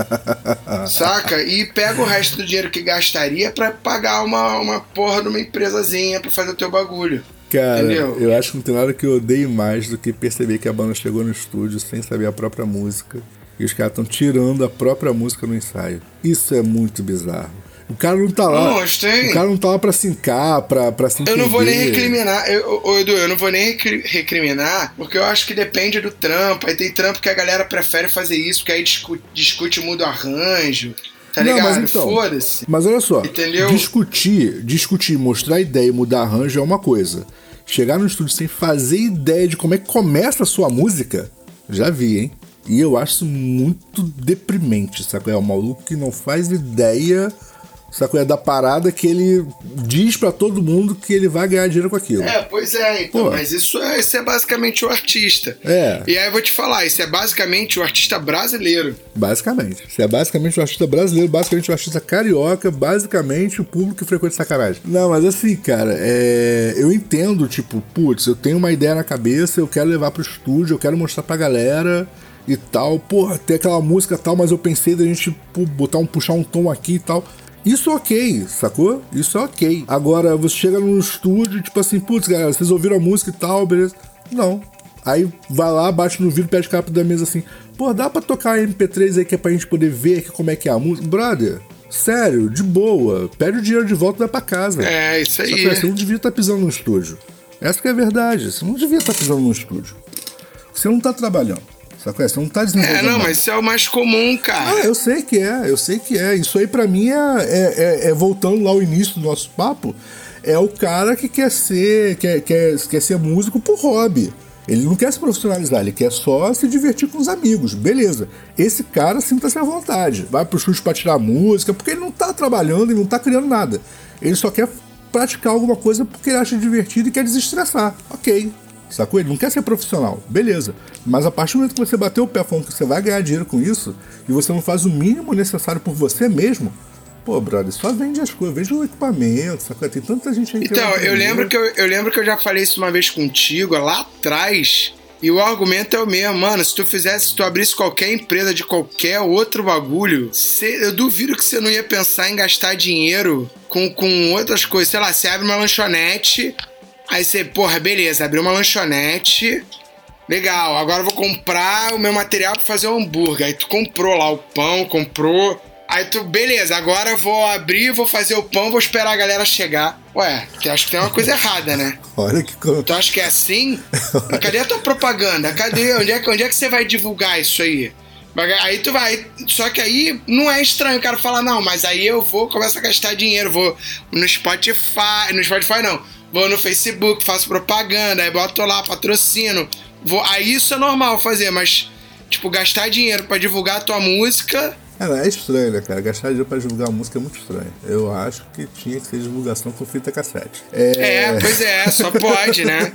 Saca? E pega o resto do dinheiro que gastaria pra pagar uma, uma porra de uma empresazinha pra fazer o teu bagulho. Cara, entendeu? Eu acho que não tem nada que eu odeie mais do que perceber que a banda chegou no estúdio sem saber a própria música e os caras estão tirando a própria música no ensaio. Isso é muito bizarro. O cara não tá lá. Não, tem... O cara não tá lá pra sincar, pra, pra se entender. Eu não vou nem recriminar, eu, ô, Edu, eu não vou nem recriminar, porque eu acho que depende do trampo. Aí tem trampo que a galera prefere fazer isso, porque aí discute, discute muda o arranjo. Tá não, ligado? Mas então, foda-se. Mas olha só, entendeu? Discutir, discutir, mostrar ideia e mudar arranjo é uma coisa. Chegar no estúdio sem fazer ideia de como é que começa a sua música, já vi, hein? E eu acho isso muito deprimente, sabe? É um maluco que não faz ideia, sabe? É da parada que ele diz pra todo mundo que ele vai ganhar dinheiro com aquilo. É, pois é, então, Pô. mas isso é, isso é basicamente o artista. É. E aí eu vou te falar, isso é basicamente o artista brasileiro. Basicamente. Isso é basicamente o artista brasileiro, basicamente o artista carioca, basicamente o público que frequenta sacanagem. Não, mas assim, cara, é... eu entendo, tipo, putz, eu tenho uma ideia na cabeça, eu quero levar pro estúdio, eu quero mostrar pra galera e tal. Porra, tem aquela música e tal, mas eu pensei da gente pô, botar um, puxar um tom aqui e tal. Isso é ok, sacou? Isso é ok. Agora, você chega num estúdio, tipo assim, putz, galera, vocês ouviram a música e tal, beleza? Não. Aí vai lá, bate no vidro, pede capa da mesa assim, pô, dá pra tocar M P três aí que é pra gente poder ver aqui como é que é a música? Brother, sério, de boa, pede o dinheiro de volta e vai pra casa. É, isso aí. Sacou? Você não devia estar pisando no estúdio. Essa que é a verdade, você não devia estar pisando no estúdio. Você não tá trabalhando. Sacou? Você não tá desenvolvendo. É, não, nada. Mas isso é o mais comum, cara. Ah, eu sei que é, eu sei que é. Isso aí pra mim é, é, é, é voltando lá ao início do nosso papo, é o cara que quer ser, quer, quer, quer ser músico por hobby. Ele não quer se profissionalizar, ele quer só se divertir com os amigos. Beleza. Esse cara sinta-se à vontade. Vai pro estúdio pra tirar música, porque ele não tá trabalhando e não tá criando nada. Ele só quer praticar alguma coisa porque ele acha divertido e quer desestressar. Ok. Sacou? Ele não quer ser profissional, beleza. Mas a partir do momento que você bateu o pé falando que você vai ganhar dinheiro com isso e você não faz o mínimo necessário por você mesmo, pô, brother, só vende as coisas, vende o equipamento, sacou? Tem tanta gente aí que Então, eu lembro que eu, eu lembro que eu já falei isso uma vez contigo, lá atrás, e o argumento é o mesmo, mano. Se tu fizesse, se tu abrisse qualquer empresa de qualquer outro bagulho, cê, eu duvido que você não ia pensar em gastar dinheiro com, com outras coisas. Sei lá, você abre uma lanchonete. Aí você, porra, beleza, abriu uma lanchonete, legal, agora eu vou comprar o meu material pra fazer o hambúrguer. Aí tu comprou lá o pão, comprou, aí tu, beleza, agora eu vou abrir, vou fazer o pão, vou esperar a galera chegar. Ué, tu acha que tem uma coisa errada, né? Olha que coisa. Tu acha que é assim? Cadê a tua propaganda? Cadê? Onde é, onde é que você vai divulgar isso aí? Aí tu vai, só que aí não é estranho o cara falar, não, mas aí eu vou, começo a gastar dinheiro, vou no Spotify, no Spotify não, vou no Facebook, faço propaganda, aí boto lá, patrocino, vou, aí isso é normal fazer, mas, tipo, gastar dinheiro pra divulgar a tua música... É, é estranho, né, cara? Gastar dinheiro pra divulgar a música é muito estranho. Eu acho que tinha que ser divulgação com fita cassete. É, é pois é, só pode, né?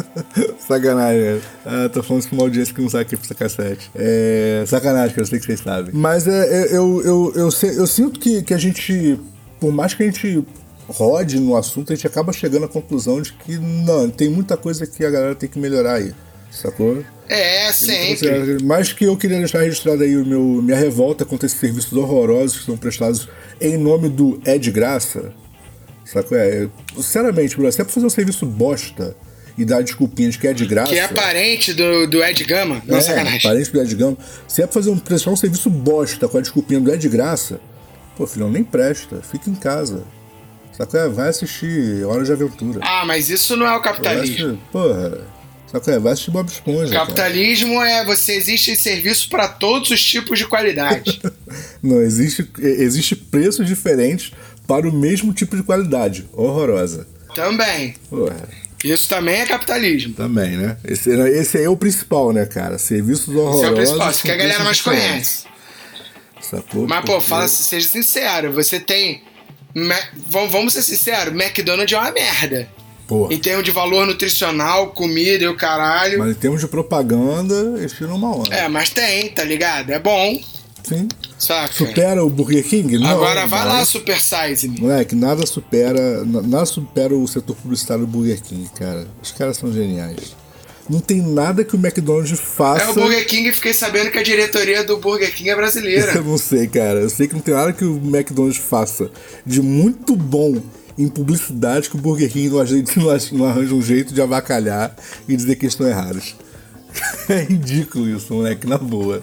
Sacanagem, cara. Ah, tô falando com uma audiência que não sabe o que é fita cassete. É, sacanagem, cara, eu sei que vocês sabem. Mas é, eu, eu, eu, eu, eu sinto que, que a gente, por mais que a gente rode no assunto, a gente acaba chegando à conclusão de que, não, tem muita coisa que a galera tem que melhorar aí. Sacou? É, sempre. Mas que eu queria deixar registrado aí o meu, minha revolta contra esses serviços horrorosos que são prestados em nome do é de graça. Sacou? É, sinceramente, bro, se é pra fazer um serviço bosta e dar desculpinha de que é de graça... Que é parente do, do Ed Gama? Não, é, sacanagem. Parente do Ed Gama. Se é pra fazer um, prestar um serviço bosta com a desculpinha do é de graça, pô, filhão, nem presta. Fica em casa. Sacou? Vai assistir Hora de Aventura. Ah, mas isso não é o capitalismo. Porra. Sacou? Vai assistir Bob Esponja. Capitalismo cara. É você existe serviço para todos os tipos de qualidade. Não, existe, existe preços diferentes para o mesmo tipo de qualidade. Horrorosa. Também. Porra. Isso também é capitalismo. Também, né? Esse, esse aí é o principal, né, cara? Serviços horrorosos. Esse é o principal, isso que a galera mais conhece. Sacou? Mas, pô, fala, seja sincero, você tem... Vamos ser sinceros, McDonald's é uma merda. Porra. Em termos de valor nutricional, comida e o caralho. Mas em termos de propaganda, eles tiram uma onda. É, mas tem, tá ligado? É bom. Sim. Saca? Supera o Burger King? Não. Agora vai mas... lá, Super Size Me. Moleque, nada supera, nada supera o setor publicitário do Burger King, cara. Os caras são geniais. Não tem nada que o McDonald's faça... É, o Burger King, fiquei sabendo que a diretoria do Burger King é brasileira. Eu não sei, cara. Eu sei que não tem nada que o McDonald's faça de muito bom em publicidade que o Burger King não arranja um jeito de avacalhar e dizer que eles estão errados. É ridículo isso, moleque, na boa.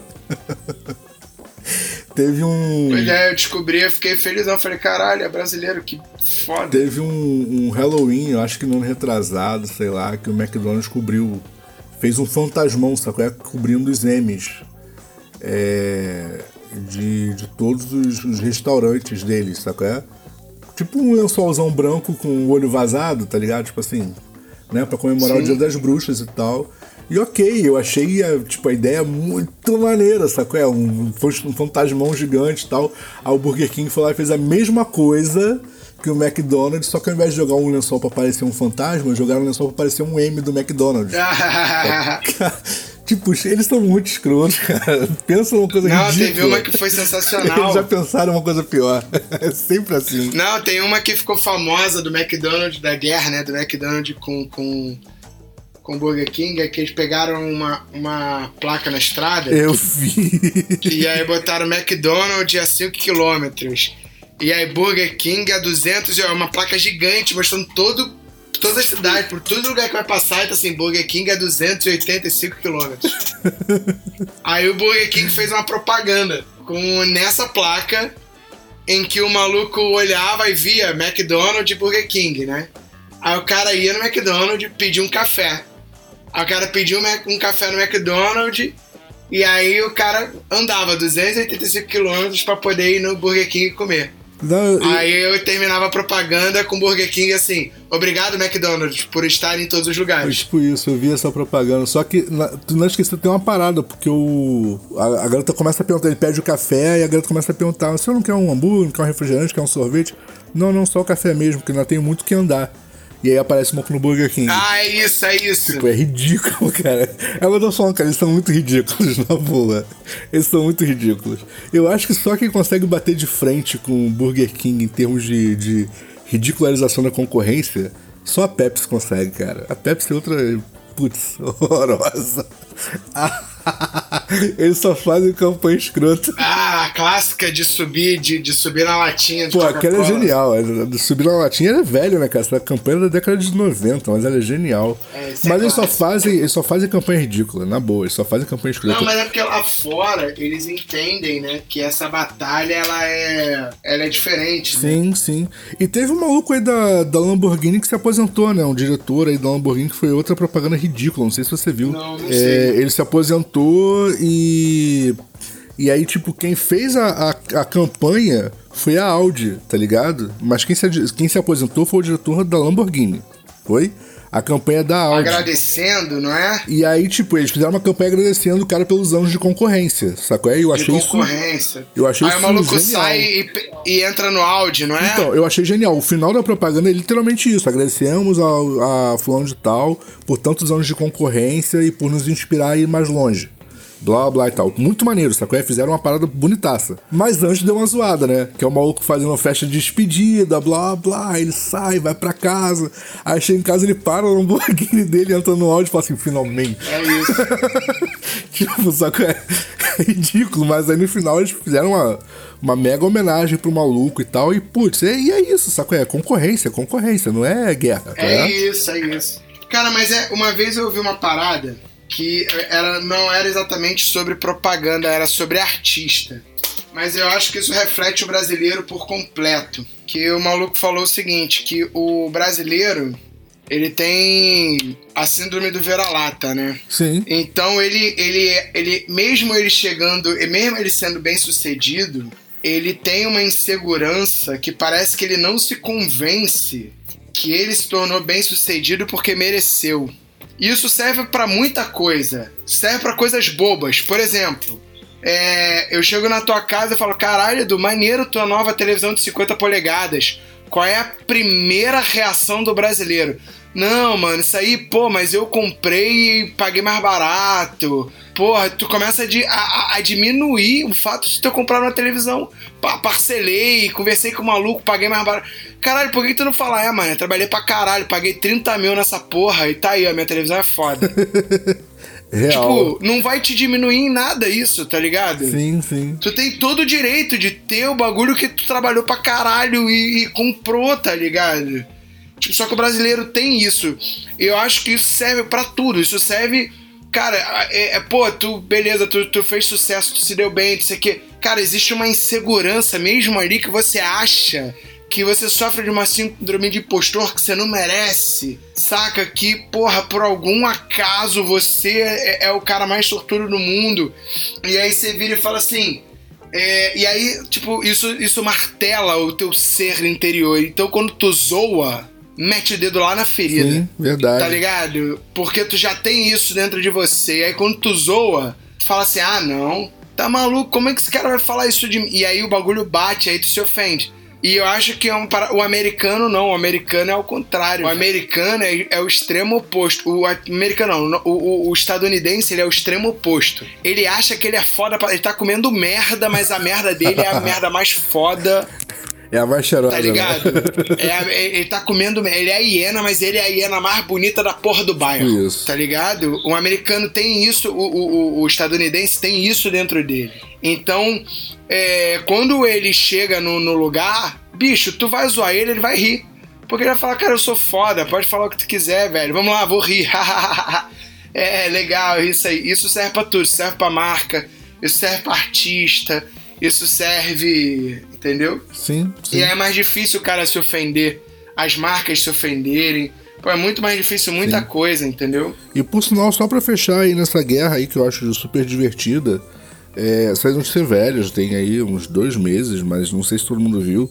Teve um... Pois é, eu descobri, eu fiquei felizão. Eu falei, caralho, é brasileiro, que foda. Teve um, um Halloween, eu acho que no ano retrasado, sei lá, que o McDonald's cobriu... Fez um fantasmão, sacou? Cobrindo os Emmys. É, de, de todos os, os restaurantes deles, sacou? Tipo um lençolzão branco com o olho vazado, tá ligado? Tipo assim, né? Pra comemorar Sim. o Dia das Bruxas e tal. E ok, eu achei a, tipo, a ideia muito maneira, sacou? É um, um fantasmão gigante e tal. Aí o Burger King foi lá e fez a mesma coisa que o McDonald's, só que ao invés de jogar um lençol pra parecer um fantasma, jogaram um lençol pra parecer um M do McDonald's. Tipo, eles são muito escrotos, cara. Pensam uma coisa Não, ridícula. teve uma que foi sensacional. Eles já pensaram uma coisa pior. É sempre assim. Não, tem uma que ficou famosa do McDonald's, da guerra, né? Do McDonald's com... com... com Burger King, é que eles pegaram uma, uma placa na estrada. Eu vi. E aí botaram McDonald's a cinco quilômetros. E aí Burger King a duzentos, é uma placa gigante, mostrando todo, toda a cidade, por todo lugar que vai passar, e tá assim, Burger King a duzentos e oitenta e cinco quilômetros. Aí o Burger King fez uma propaganda com, nessa placa, em que o maluco olhava e via McDonald's e Burger King, né? Aí o cara ia no McDonald's e pedia um café. Aí o cara pediu um café no McDonald's e aí o cara andava duzentos e oitenta e cinco quilômetros pra poder ir no Burger King comer. Não, eu... Aí eu terminava a propaganda com Burger King assim: obrigado McDonald's por estar em todos os lugares. Tipo isso, eu vi essa propaganda. Só que na, tu não esqueceu, tem uma parada, porque o a, a garota começa a perguntar, ele pede o café e a garota começa a perguntar: você não quer um hambúrguer, não quer um refrigerante, quer um sorvete? Não, não, só o café mesmo, porque ainda tem muito que andar. E aí aparece um pouco no Burger King. Ah, é isso, é isso. Tipo, é ridículo, cara. Ela não falando, cara, eles são muito ridículos, na boa. Eles são muito ridículos. Eu acho que só quem consegue bater de frente com o Burger King em termos de, de ridicularização da concorrência, só a Pepsi consegue, cara. A Pepsi é outra... Putz, horrorosa. Eles só fazem campanha escrota. Ah, a clássica de subir, de, de subir na latinha de Pô, Coca-Cola. aquela é genial. De subir na latinha é velho, né, cara? Essa campanha é da década de noventa, mas ela é genial. É, mas é eles só, fazem, eles só fazem campanha ridícula, na boa. Eles só fazem campanha escrota. Não, mas é porque lá fora eles entendem, né, que essa batalha, ela é, ela é diferente. Sim, né? Sim. E teve um maluco aí da, da Lamborghini que se aposentou, né? Um diretor aí da Lamborghini que foi outra propaganda ridícula. Não sei se você viu. Não, não é, sei. Ele se aposentou e... E aí, tipo, quem fez a, a, a campanha foi a Audi, tá ligado? Mas quem se, quem se aposentou foi o diretor da Lamborghini. Foi? A campanha da Audi. Agradecendo, não é? E aí, tipo, eles fizeram uma campanha agradecendo o cara pelos anos de concorrência, sacou? Eu achei de concorrência. Isso, eu achei aí isso o maluco genial. sai e, e entra no Audi, não é? Então, eu achei genial. O final da propaganda é literalmente isso. Agradecemos a, a fulano de tal por tantos anos de concorrência e por nos inspirar a ir mais longe. Blá, blá e tal. Muito maneiro, sacou? Fizeram uma parada bonitaça. Mas antes deu uma zoada, né? Que é o maluco fazendo uma festa de despedida, blá, blá. Ele sai, vai pra casa. Aí chega em casa, ele para no Lamborghini dele, entra no áudio e fala assim, finalmente. É isso. Tipo, sacou? É ridículo, mas aí no final eles fizeram uma, uma mega homenagem pro maluco e tal. E, putz, e, e é isso, sacou? É concorrência, concorrência, não é guerra. Tá é vendo? isso, é isso. Cara, mas é, uma vez eu ouvi uma parada que ela não era exatamente sobre propaganda, era sobre artista. Mas eu acho que isso reflete o brasileiro por completo. Que o maluco falou o seguinte, que o brasileiro, ele tem a síndrome do vira-lata, né? Sim. Então ele, ele, ele, mesmo ele chegando, mesmo ele sendo bem sucedido, ele tem uma insegurança que parece que ele não se convence que ele se tornou bem sucedido porque mereceu. Isso serve pra muita coisa. Serve pra coisas bobas. Por exemplo, é, eu chego na tua casa e falo, caralho, Edu, maneiro tua nova televisão de cinquenta polegadas. Qual é a primeira reação do brasileiro? Não, mano, isso aí, pô, mas eu comprei e paguei mais barato. Porra, tu começa a, di- a- a diminuir o fato de ter comprado uma televisão. Pa- parcelei, conversei com o maluco, paguei mais barato. Caralho, por que tu não fala? É, mano, eu trabalhei pra caralho, paguei trinta mil nessa porra e tá aí, a minha televisão é foda. Real. Tipo, não vai te diminuir em nada isso, tá ligado? Sim, sim. Tu tem todo o direito de ter o bagulho que tu trabalhou pra caralho e, e comprou, tá ligado? Tipo, só que o brasileiro tem isso. Eu acho que isso serve pra tudo. Isso serve... Cara, é, é, pô, tu, beleza, tu, tu fez sucesso, tu se deu bem, tu sei o quê. Cara, existe uma insegurança mesmo ali que você acha que você sofre de uma síndrome de impostor que você não merece, saca? Que, porra, por algum acaso você é, é o cara mais sortudo do mundo. E aí você vira e fala assim... É, e aí, tipo, isso, isso martela o teu ser interior. Então, quando tu zoa, mete o dedo lá na ferida. Sim, verdade. Tá ligado? Porque tu já tem isso dentro de você. E aí, quando tu zoa, tu fala assim, ah, não, tá maluco, como é que esse cara vai falar isso de mim? E aí o bagulho bate, aí tu se ofende. E eu acho que é um para... o americano não, o americano é ao contrário. O americano é, é o extremo oposto. O americano não, o, o, o estadunidense ele é o extremo oposto. Ele acha que ele é foda, pra... ele tá comendo merda, mas a merda dele é a merda mais foda. É a mais cheirosa, tá ligado? né? É a, ele tá comendo, ele é a hiena, mas ele é a hiena mais bonita da porra do bairro. Isso. Tá ligado? O americano tem isso, o, o, o estadunidense tem isso dentro dele. Então, é, quando ele chega no, no lugar, bicho, tu vai zoar ele, ele vai rir. Porque ele vai falar, cara, eu sou foda, pode falar o que tu quiser, velho. Vamos lá, vou rir. É, legal, isso aí. Isso serve pra tudo, isso serve pra marca, isso serve pra artista, isso serve... Entendeu? Sim, sim. E é mais difícil o cara se ofender, as marcas se ofenderem. Pô, é muito mais difícil muita Sim. coisa, entendeu? E por sinal, só pra fechar aí nessa guerra aí que eu acho super divertida, é, vocês vão ser velhos, tem aí uns dois meses, mas não sei se todo mundo viu.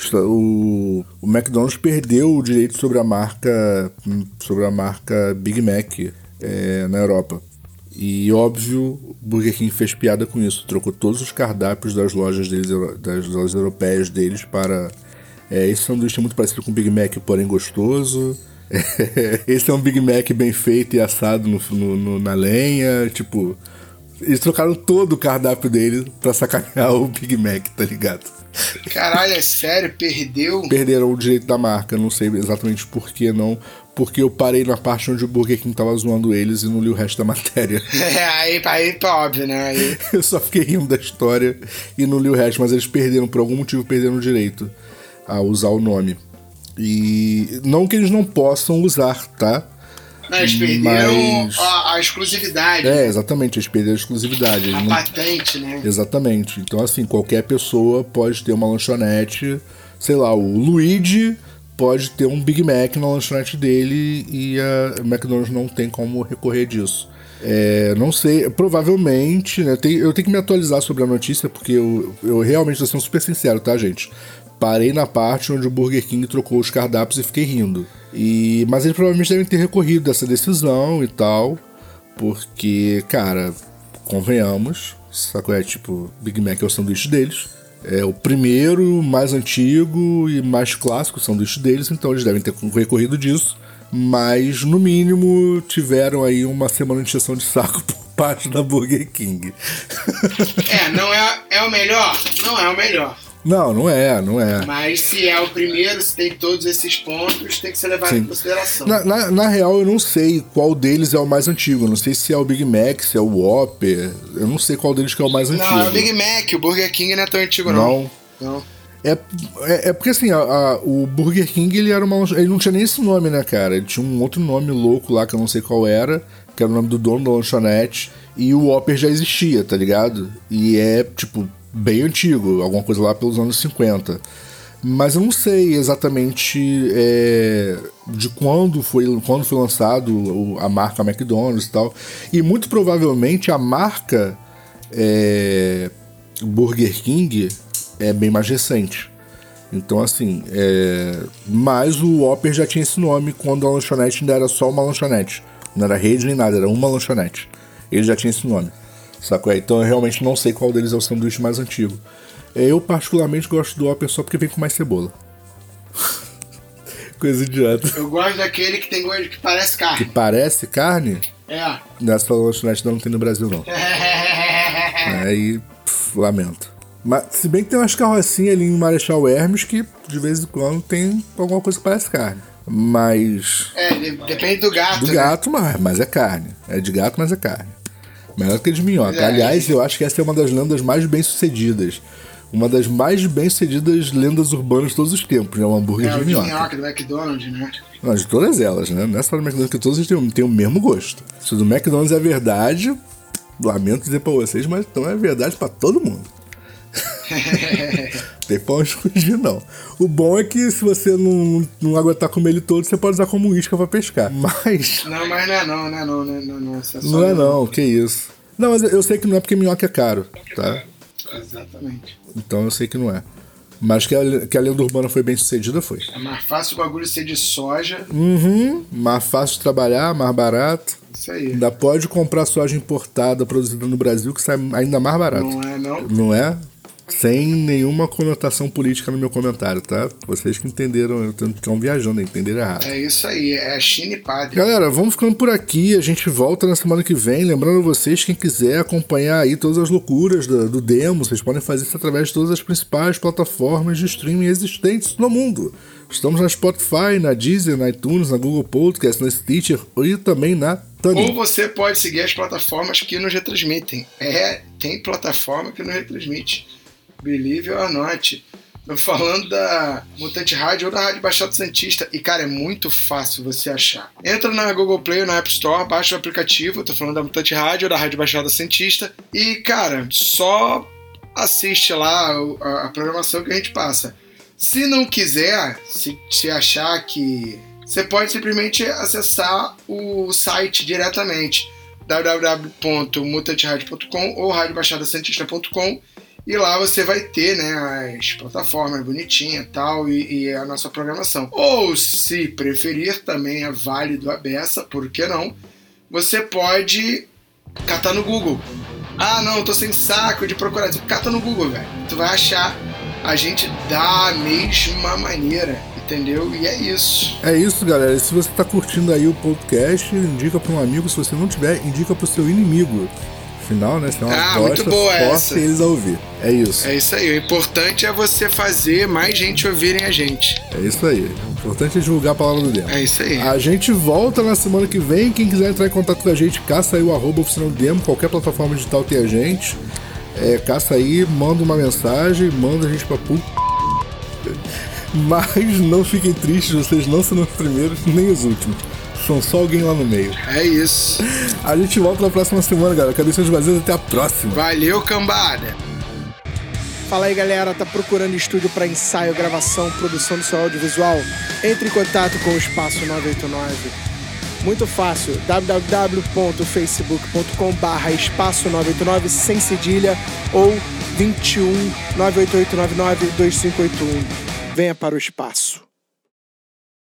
O, o McDonald's perdeu o direito sobre a marca, sobre a marca Big Mac é, na Europa. E óbvio, o Burger King fez piada com isso, trocou todos os cardápios das lojas deles, das lojas europeias deles para... É, esse sanduíche é muito parecido com o Big Mac, porém gostoso. É, esse é um Big Mac bem feito e assado no, no, no, na lenha, tipo... Eles trocaram todo o cardápio deles pra sacanear o Big Mac, tá ligado? Caralho, é sério? Perdeu? Perderam o direito da marca, não sei exatamente por que não... Porque eu parei na parte onde o Burger King tava zoando eles e não li o resto da matéria. É, aí, aí tá óbvio, né? Aí... Eu só fiquei rindo da história e não li o resto, mas eles perderam, por algum motivo, perderam o direito a usar o nome. E não que eles não possam usar, tá? Não, eles perderam Mas... a, a exclusividade. É, exatamente, eles perderam a exclusividade. Eles A não... patente, né? Exatamente. Então, assim, qualquer pessoa pode ter uma lanchonete, sei lá, o Luigi... pode ter um Big Mac na lanchonete dele e a McDonald's não tem como recorrer disso. É, não sei, provavelmente, né, tem, eu tenho que me atualizar sobre a notícia, porque eu, eu realmente estou sendo super sincero, tá, gente? Parei na parte onde o Burger King trocou os cardápios e fiquei rindo. E, mas eles provavelmente devem ter recorrido dessa decisão e tal, porque, cara, convenhamos, sacou? É tipo, Big Mac é o sanduíche deles. É o primeiro, mais antigo e mais clássico sanduíche deles, então eles devem ter recorrido disso, mas no mínimo tiveram aí uma semana de encheção de saco por parte da Burger King. É, não é, é o melhor? Não é o melhor. Não, não é, não é. Mas se é o primeiro, se tem todos esses pontos, tem que ser levado Sim. em consideração. Na, na, na real, eu não sei qual deles é o mais antigo. Eu não sei se é o Big Mac, se é o Whopper. Eu não sei qual deles que é o mais antigo. Não, é o Big Mac. O Burger King não é tão antigo, não. Não. Não. É, é, é porque assim, a, a, o Burger King ele era uma. Ele não tinha nem esse nome, né, cara? Ele tinha um outro nome louco lá que eu não sei qual era, que era o nome do dono da lanchonete. E o Whopper já existia, tá ligado? E é, tipo, bem antigo, alguma coisa lá pelos anos cinquenta. Mas eu não sei exatamente é, de quando foi, quando foi lançado a marca McDonald's e tal. E muito provavelmente a marca é, Burger King é bem mais recente. Então, assim, é... mas o Whopper já tinha esse nome quando a lanchonete ainda era só uma lanchonete. Não era rede nem nada, era uma lanchonete. Ele já tinha esse nome, sacou? Então eu realmente não sei qual deles é o sanduíche mais antigo. Eu particularmente gosto do Whopper só porque vem com mais cebola. Coisa idiota. Eu gosto daquele que tem gosto que parece carne. Que parece carne? É. Nessa lanchonete não tem no Brasil, não. Aí, pff, lamento. Mas, se bem que tem umas carrocinhas ali em Marechal Hermes que de vez em quando tem alguma coisa que parece carne. Mas... É, depende do gato. Do né? gato, mas, mas é carne. É de gato, mas é carne. Melhor que de minhoca. É, Aliás, é. eu acho que essa é uma das lendas mais bem-sucedidas. Uma das mais bem-sucedidas lendas urbanas de todos os tempos, né? O hambúrguer é, de minhoca. É, o de minhoca do McDonald's, né? Não, de todas elas, né? Não é só do McDonald's, que todos têm, têm o mesmo gosto. Se o do McDonald's é verdade, lamento dizer pra vocês, mas então é verdade pra todo mundo. Tem pra onde fugir, não. O bom é que se você não, não aguentar comer ele todo, você pode usar como isca pra pescar. Mas... Não, mas não é não, não é não, não é não. Não é, só não, é não, que isso. Não, mas eu sei que não é porque minhoca é caro, tá? Exatamente. Então eu sei que não é. Mas que a, que a lenda urbana foi bem sucedida, foi. É mais fácil o bagulho ser de soja. Uhum, mais fácil de trabalhar, mais barato. Isso aí. Ainda pode comprar soja importada, produzida no Brasil, que sai ainda mais barato. Não é não? Não é? Sem nenhuma conotação política no meu comentário, tá? Vocês que entenderam, estão viajando, entenderam errado. É isso aí, é China e padre. Galera, vamos ficando por aqui, a gente volta na semana que vem. Lembrando vocês, quem quiser acompanhar aí todas as loucuras do, do demo, vocês podem fazer isso através de todas as principais plataformas de streaming existentes no mundo. Estamos na Spotify, na Deezer, na iTunes, na Google Podcast, na Stitcher e também na Tuning. Ou você pode seguir as plataformas que nos retransmitem. É, tem plataforma que nos retransmite. Believe or not. Eu falando da Mutante Rádio ou da Rádio Baixada Santista. E, cara, é muito fácil você achar. Entra na Google Play ou na App Store, baixa o aplicativo. Eu tô falando da Mutante Rádio ou da Rádio Baixada Santista. E, cara, só assiste lá a, a programação que a gente passa. Se não quiser, se, se achar que... Você pode simplesmente acessar o site diretamente. w w w ponto mutante rádio ponto com ou rádio baixada santista ponto com. E lá você vai ter, né, as plataformas bonitinhas e tal, e a nossa programação. Ou, se preferir, também é válido a beça, por que não? Você pode catar no Google. Ah, não, eu tô sem saco de procurar. Cata no Google, velho. Tu vai achar a gente da mesma maneira, entendeu? E é isso. É isso, galera. E se você tá curtindo aí o podcast, indica para um amigo. Se você não tiver, indica pro seu inimigo. Afinal, né? Se é uma ah, bosta, muito boa force essa. Eles a ouvir. É isso. É isso aí. O importante é você fazer mais gente ouvirem a gente. É isso aí. O importante é divulgar a palavra do Demo. É isso aí. A gente volta na semana que vem. Quem quiser entrar em contato com a gente, caça aí o arroba oficina do Demo. Qualquer plataforma digital tem a gente. É, caça aí, manda uma mensagem, manda a gente pra puta. Mas não fiquem tristes, vocês não são os primeiros nem os últimos. São só alguém lá no meio. É isso. A gente volta na próxima semana, galera. Cabeças vazias, até a próxima. Valeu, cambada. Fala aí, galera. Tá procurando estúdio para ensaio, gravação, produção do seu audiovisual? Entre em contato com o Espaço nove oito nove. Muito fácil. w w w ponto facebook ponto com barra espaço nove oito nove sem cedilha ou vinte e um, nove oito oito nove nove, dois cinco oito um. Venha para o espaço.